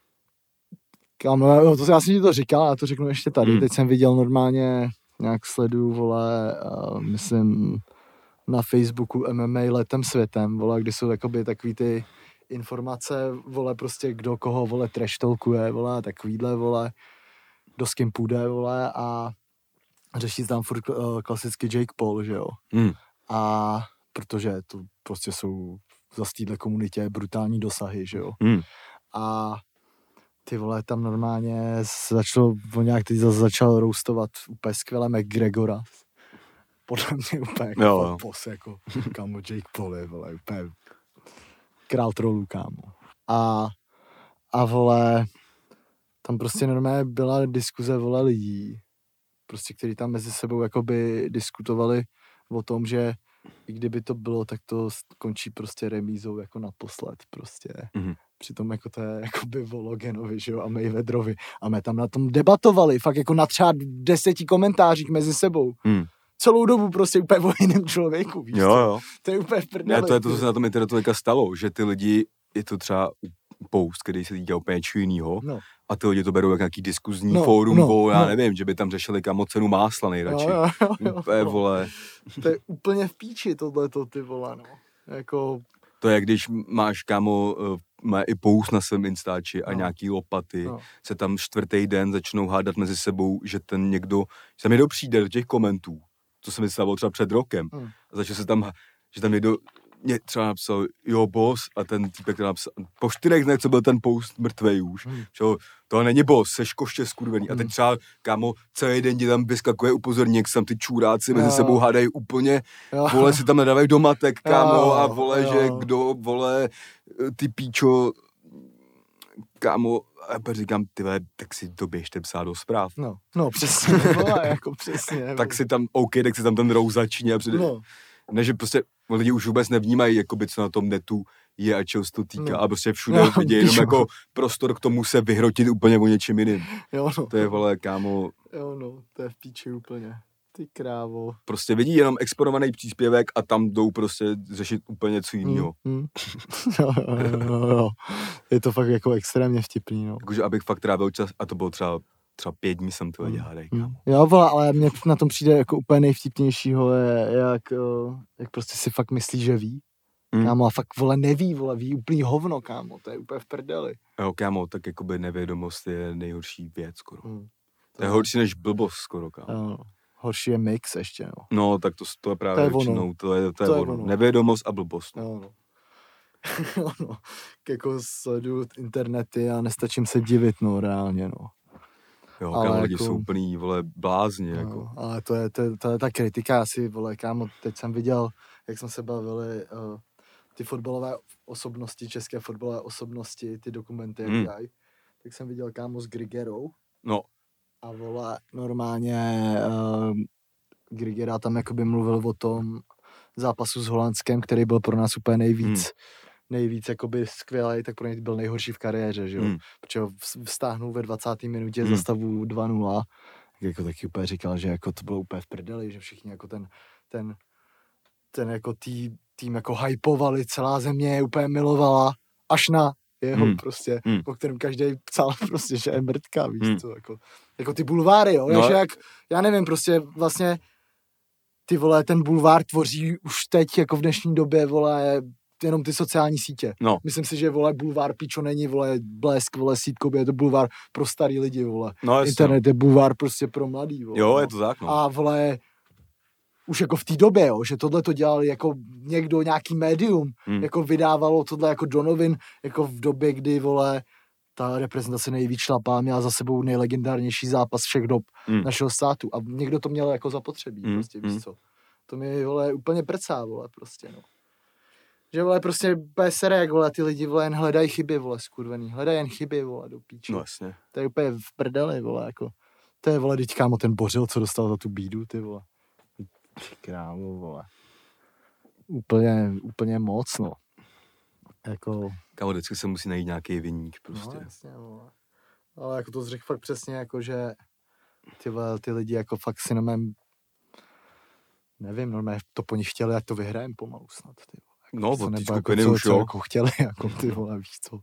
kámo, to já jsem ti to říkal, já to řeknu ještě tady, hmm. Teď jsem viděl normálně, nějak sleduju, vole, uh, myslím, na Facebooku M M A letem světem, vole, kdy jsou jakoby takový ty informace, vole, prostě kdo koho, vole, trash talkuje, vole, takovýhle, vole, kdo s kým půjde, vole, a řeší tam furt uh, klasicky Jake Paul, že jo. Mm. A protože to prostě jsou za téhle komunitě brutální dosahy, že jo. Mm. A ty vole, tam normálně začalo, on nějak teď zase začal roustovat úplně skvěle McGregora. Podle mě úplně jako jo, pos, jako kámo Jake Paul je, vole, úplně král trolů, kámo. A, a vole, tam prostě normálně byla diskuze, vole, lidí, prostě, kteří tam mezi sebou jakoby diskutovali o tom, že i kdyby to bylo, tak to končí prostě remízou jako naposled, prostě. Mm-hmm. Přitom jako to je jakoby o Loganovi, že jo, a Mayweatherovi. A my tam na tom debatovali, fakt jako na třeba deseti komentářích mezi sebou. Mm. Celou dobu prostě úplně o jiném člověku, víš jo, jo. To je úplně v prdeli. Ne, to je to, co se na tom internetu teďka stalo, že ty lidi, je to třeba post, který se týká úplně něčeho jinýho, no. A ty lidi to berou jak nějaký diskuzní no, fórum, no, bo, já no. nevím, že by tam řešili kamo cenu másla nejradši. Jo, jo, jo, úplně, no. vole. To je úplně v píči tohleto, ty vole, no. Jako... To je, když máš, kámo, má i poust na svém Instači a no. nějaký lopaty, no. se tam čtvrtý den začnou hádat mezi sebou, že ten někdo, že tam někdo přijde do těch komentů, to se mi stalo třeba před rokem, hmm. a začal se tam, že tam někdo mě třeba napsal, jo, boss, a ten týpek napsal, po čtyřech dnech, co byl ten post mrtvej už, hmm. že to není boss, seš koště skurvený, hmm. a teď třeba, kámo, celý den ti tam vyskakuje upozorní, jak se tam ty čůráci mezi jo. sebou hádají úplně, jo. vole, si tam nedávají do matek, kámo, jo. a vole, jo. že kdo, vole, ty píčo, kámo, a říkám, tyhle, tak si to běžte psát do zpráv. No, no, přesně, vole, jako přesně. tak si tam, OK, tak si tam ten rouz začíně a přijde. No. Ne, že prostě lidi už vůbec nevnímají, jakoby, co na tom netu je a čeho se to týká. No. A prostě všude no, vidí jenom jako prostor k tomu se vyhrotit úplně o něčem jiným. Jo, no. To je, vole, kámo. Jo, no, to je v píči úplně. Ty krávo. Prostě vidí jenom exponovaný příspěvek a tam jdou prostě řešit úplně něco jiného. Mm, mm. jo, jo, jo, jo. Je to fakt jako extrémně vtipný, no. Jakože abych fakt trávil čas, a to bylo třeba třeba pět dní jsem to dělal, kámo. Jo, vole, ale mně na tom přijde jako úplně nejvtipnějšího je, jak, jak prostě si fakt myslí, že ví. Mm. Kámo, a fakt, vole, neví, vole, ví úplný hovno, kámo, to je úplně v prdeli. Jo, kámo, tak jakoby nevědomost je nejhorší věc skoro. Mm. To, to je horší než blbost skoro, kámo. Jo, horší je mix ještě, no. No, tak to, to je právě to je většinou, to je, to je, to je ono. ono. Nevědomost a blbost. Jo, no. no, jako sleduju internety a nestačím se divit, no, reálně, no. Jo, kámo, lidi jako, jsou úplný, vole, blázni, no, jako. Ale to je, to, je, to je ta kritika asi, vole, kámo, teď jsem viděl, jak jsme se bavili, uh, ty fotbalové osobnosti, české fotbalové osobnosti, ty dokumenty, jak hmm. dělají, tak jsem viděl, kámo, s Grigerou. No. A, vole, normálně uh, Grigera tam jakoby mluvil o tom zápasu s Holandskem, který byl pro nás úplně nejvíc, hmm. nejvíc jakoby skvělej, tak pro něj byl nejhorší v kariéře, že jo. Hmm. Protože ho vztáhnul ve dvacáté minutě hmm. za stavu dva nula. Jako taky úplně říkal, že jako to bylo úplně v prdeli, že všichni jako ten, ten, ten jako tý, tým jako hypovali, celá země je úplně milovala, až na jeho hmm. prostě, hmm. o kterém každý psal prostě, že je mrtka, víš hmm. co, jako, jako ty bulváry, jo, no. že jak, já nevím, prostě vlastně ty vole, ten bulvár tvoří už teď, jako v dnešní době, vole, jenom ty sociální sítě. No. Myslím si, že, vole, bulvár píčo není, vole, Blesk, vole, Sítko, je to bulvár pro starý lidi, vole. No, internet je bulvár prostě pro mladý, vole. Jo, je to tak, no. A, vole, už jako v té době, jo, že tohle to dělal jako někdo, nějaký médium, hmm. jako vydávalo tohle jako do novin, jako v době, kdy, vole, ta reprezentace nejvíc šlapá, měla za sebou nejlegendárnější zápas všech dob Mm. našeho státu a někdo to měl jako zapotřebí, Mm, prostě, víš mm. co. To mi, vole, úplně prcá, vole, prostě, no. Že, vole, prostě úplně sere, jak, vole, ty lidi, vole, jen hledají chyby, vole, skurvený. Hledají jen chyby, vole, do píči. No jasně. To je úplně v prdeli, vole, jako. To je, vole, teď, kámo, ten Bořil, co dostal za tu bídu, ty, vole. Ty krávo, vole. Úplně, úplně moc, no. Jako... Kámo, vždycky se musí najít nějaký viník, No, prostě. jasně, vole. Ale jako to řekl fakt přesně, jako, že ty, vole, ty lidi, jako fakt si normálně, nevím, normálně to po nich chtěli, ať to vyhrajem pomalu snad, ty vole. No, Co od té nebo skupiny jako, už co, jo. co jako chtěli, jako ty vole, víš co.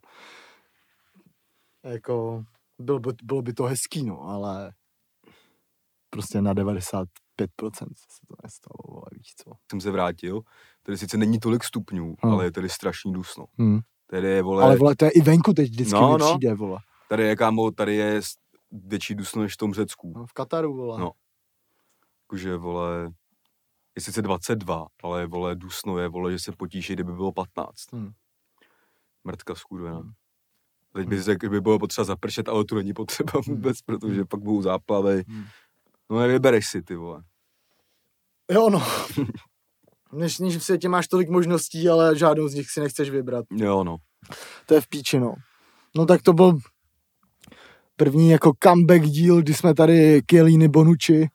Jako, bylo by, bylo by to hezký, no, ale prostě na devadesát pět procent se to nestalo, vole, víš co. Jsem se vrátil, tady sice není tolik stupňů, Hmm. ale je tady strašný dusno. Hmm. Tady je, vole, Ale vole, to je i venku teď vždycky No, no, no. přijde, vole. tady je, kámo, tady je s- větší dusno než v tom Řecku. No, v Kataru, vole. No. Jakože, vole, je sice dvacet dva, ale, vole, dusno je, vole, že se potíší, kdyby bylo patnáct. Hmm. Mrtka skurvená. Hmm. Teď by, řekl, by bylo potřeba zapršet, ale to není potřeba vůbec, protože pak budou záplavy. Hmm. No nevybereš si, ty vole. Jo, no. V dnešním světě máš tolik možností, ale žádnou z nich si nechceš vybrat. Jo, no. To je v píči, no. No tak to byl první jako comeback díl, kdy jsme tady Chiellini Bonucci.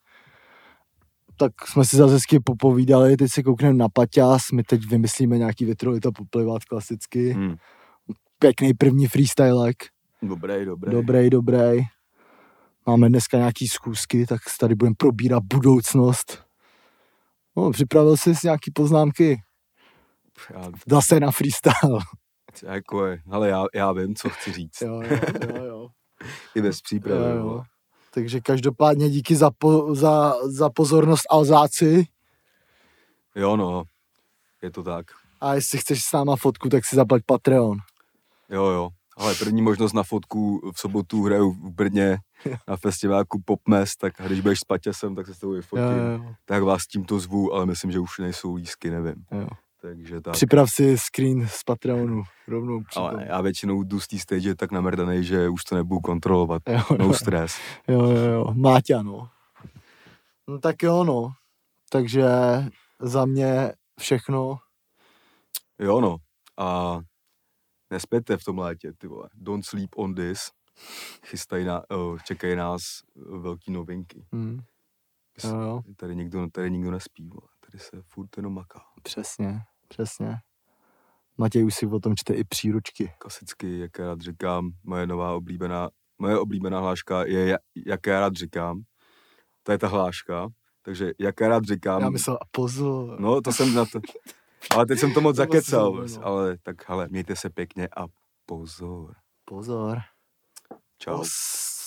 Tak jsme si zase hezky popovídali, teď se koukneme na Paťas, my teď vymyslíme nějaký větrolit a poplivat klasicky. Hmm. Pěkný první freestylek. Dobrý, dobrý. Dobrý, dobrý. Máme dneska nějaký schůzky, tak tady budeme probírat budoucnost. No, připravil jsi nějaký poznámky? Já, Zase na freestyle. jako je, ale já, já vím, co chci říct. Jo, jo, jo, jo. I bez přípravy. Jo, jo. vole. Takže každopádně díky za, po, za, za pozornost Alzáci. Jo, no. Je to tak. A jestli chceš s náma fotku, tak si zaplať Patreon. Jo, jo. Ale první možnost na fotku v sobotu hraju v Brně na festiváku Popmes, tak když budeš s Paťasem, tak se s tebou vyfotím. Jo, jo, Tak vás tímto zvu, ale myslím, že už nejsou lístky, nevím. jo. Takže tak. Připrav si screen z Patreonu rovnou přitom. Ale já většinou jdu z té stage tak namrdanej, že už to nebudu kontrolovat. Jo, No jo. stres. Jo, jo, jo. Máťa, no. No tak jo, no. Takže za mě všechno. Jo, no. A nespěte v tom létě, ty vole. Don't sleep on this. Chystají na, oh, čekají nás velký novinky. Hm. Jo, jo. Tady nikdo, tady nikdo nespí, vole. Tady se furt jenom maká. Přesně, přesně. Matěj už si o tom čte i příručky. Klasicky, jak já rád říkám, moje nová oblíbená, moje oblíbená hláška je, ja- jak já rád říkám. To je ta hláška. Takže jak já rád říkám. Já myslel, a pozor. No, to jsem na to. Ale teď jsem to moc To vlastně zakecal. zapomněl. Ale tak, hele, mějte se pěkně a pozor. Pozor. Čau. Os.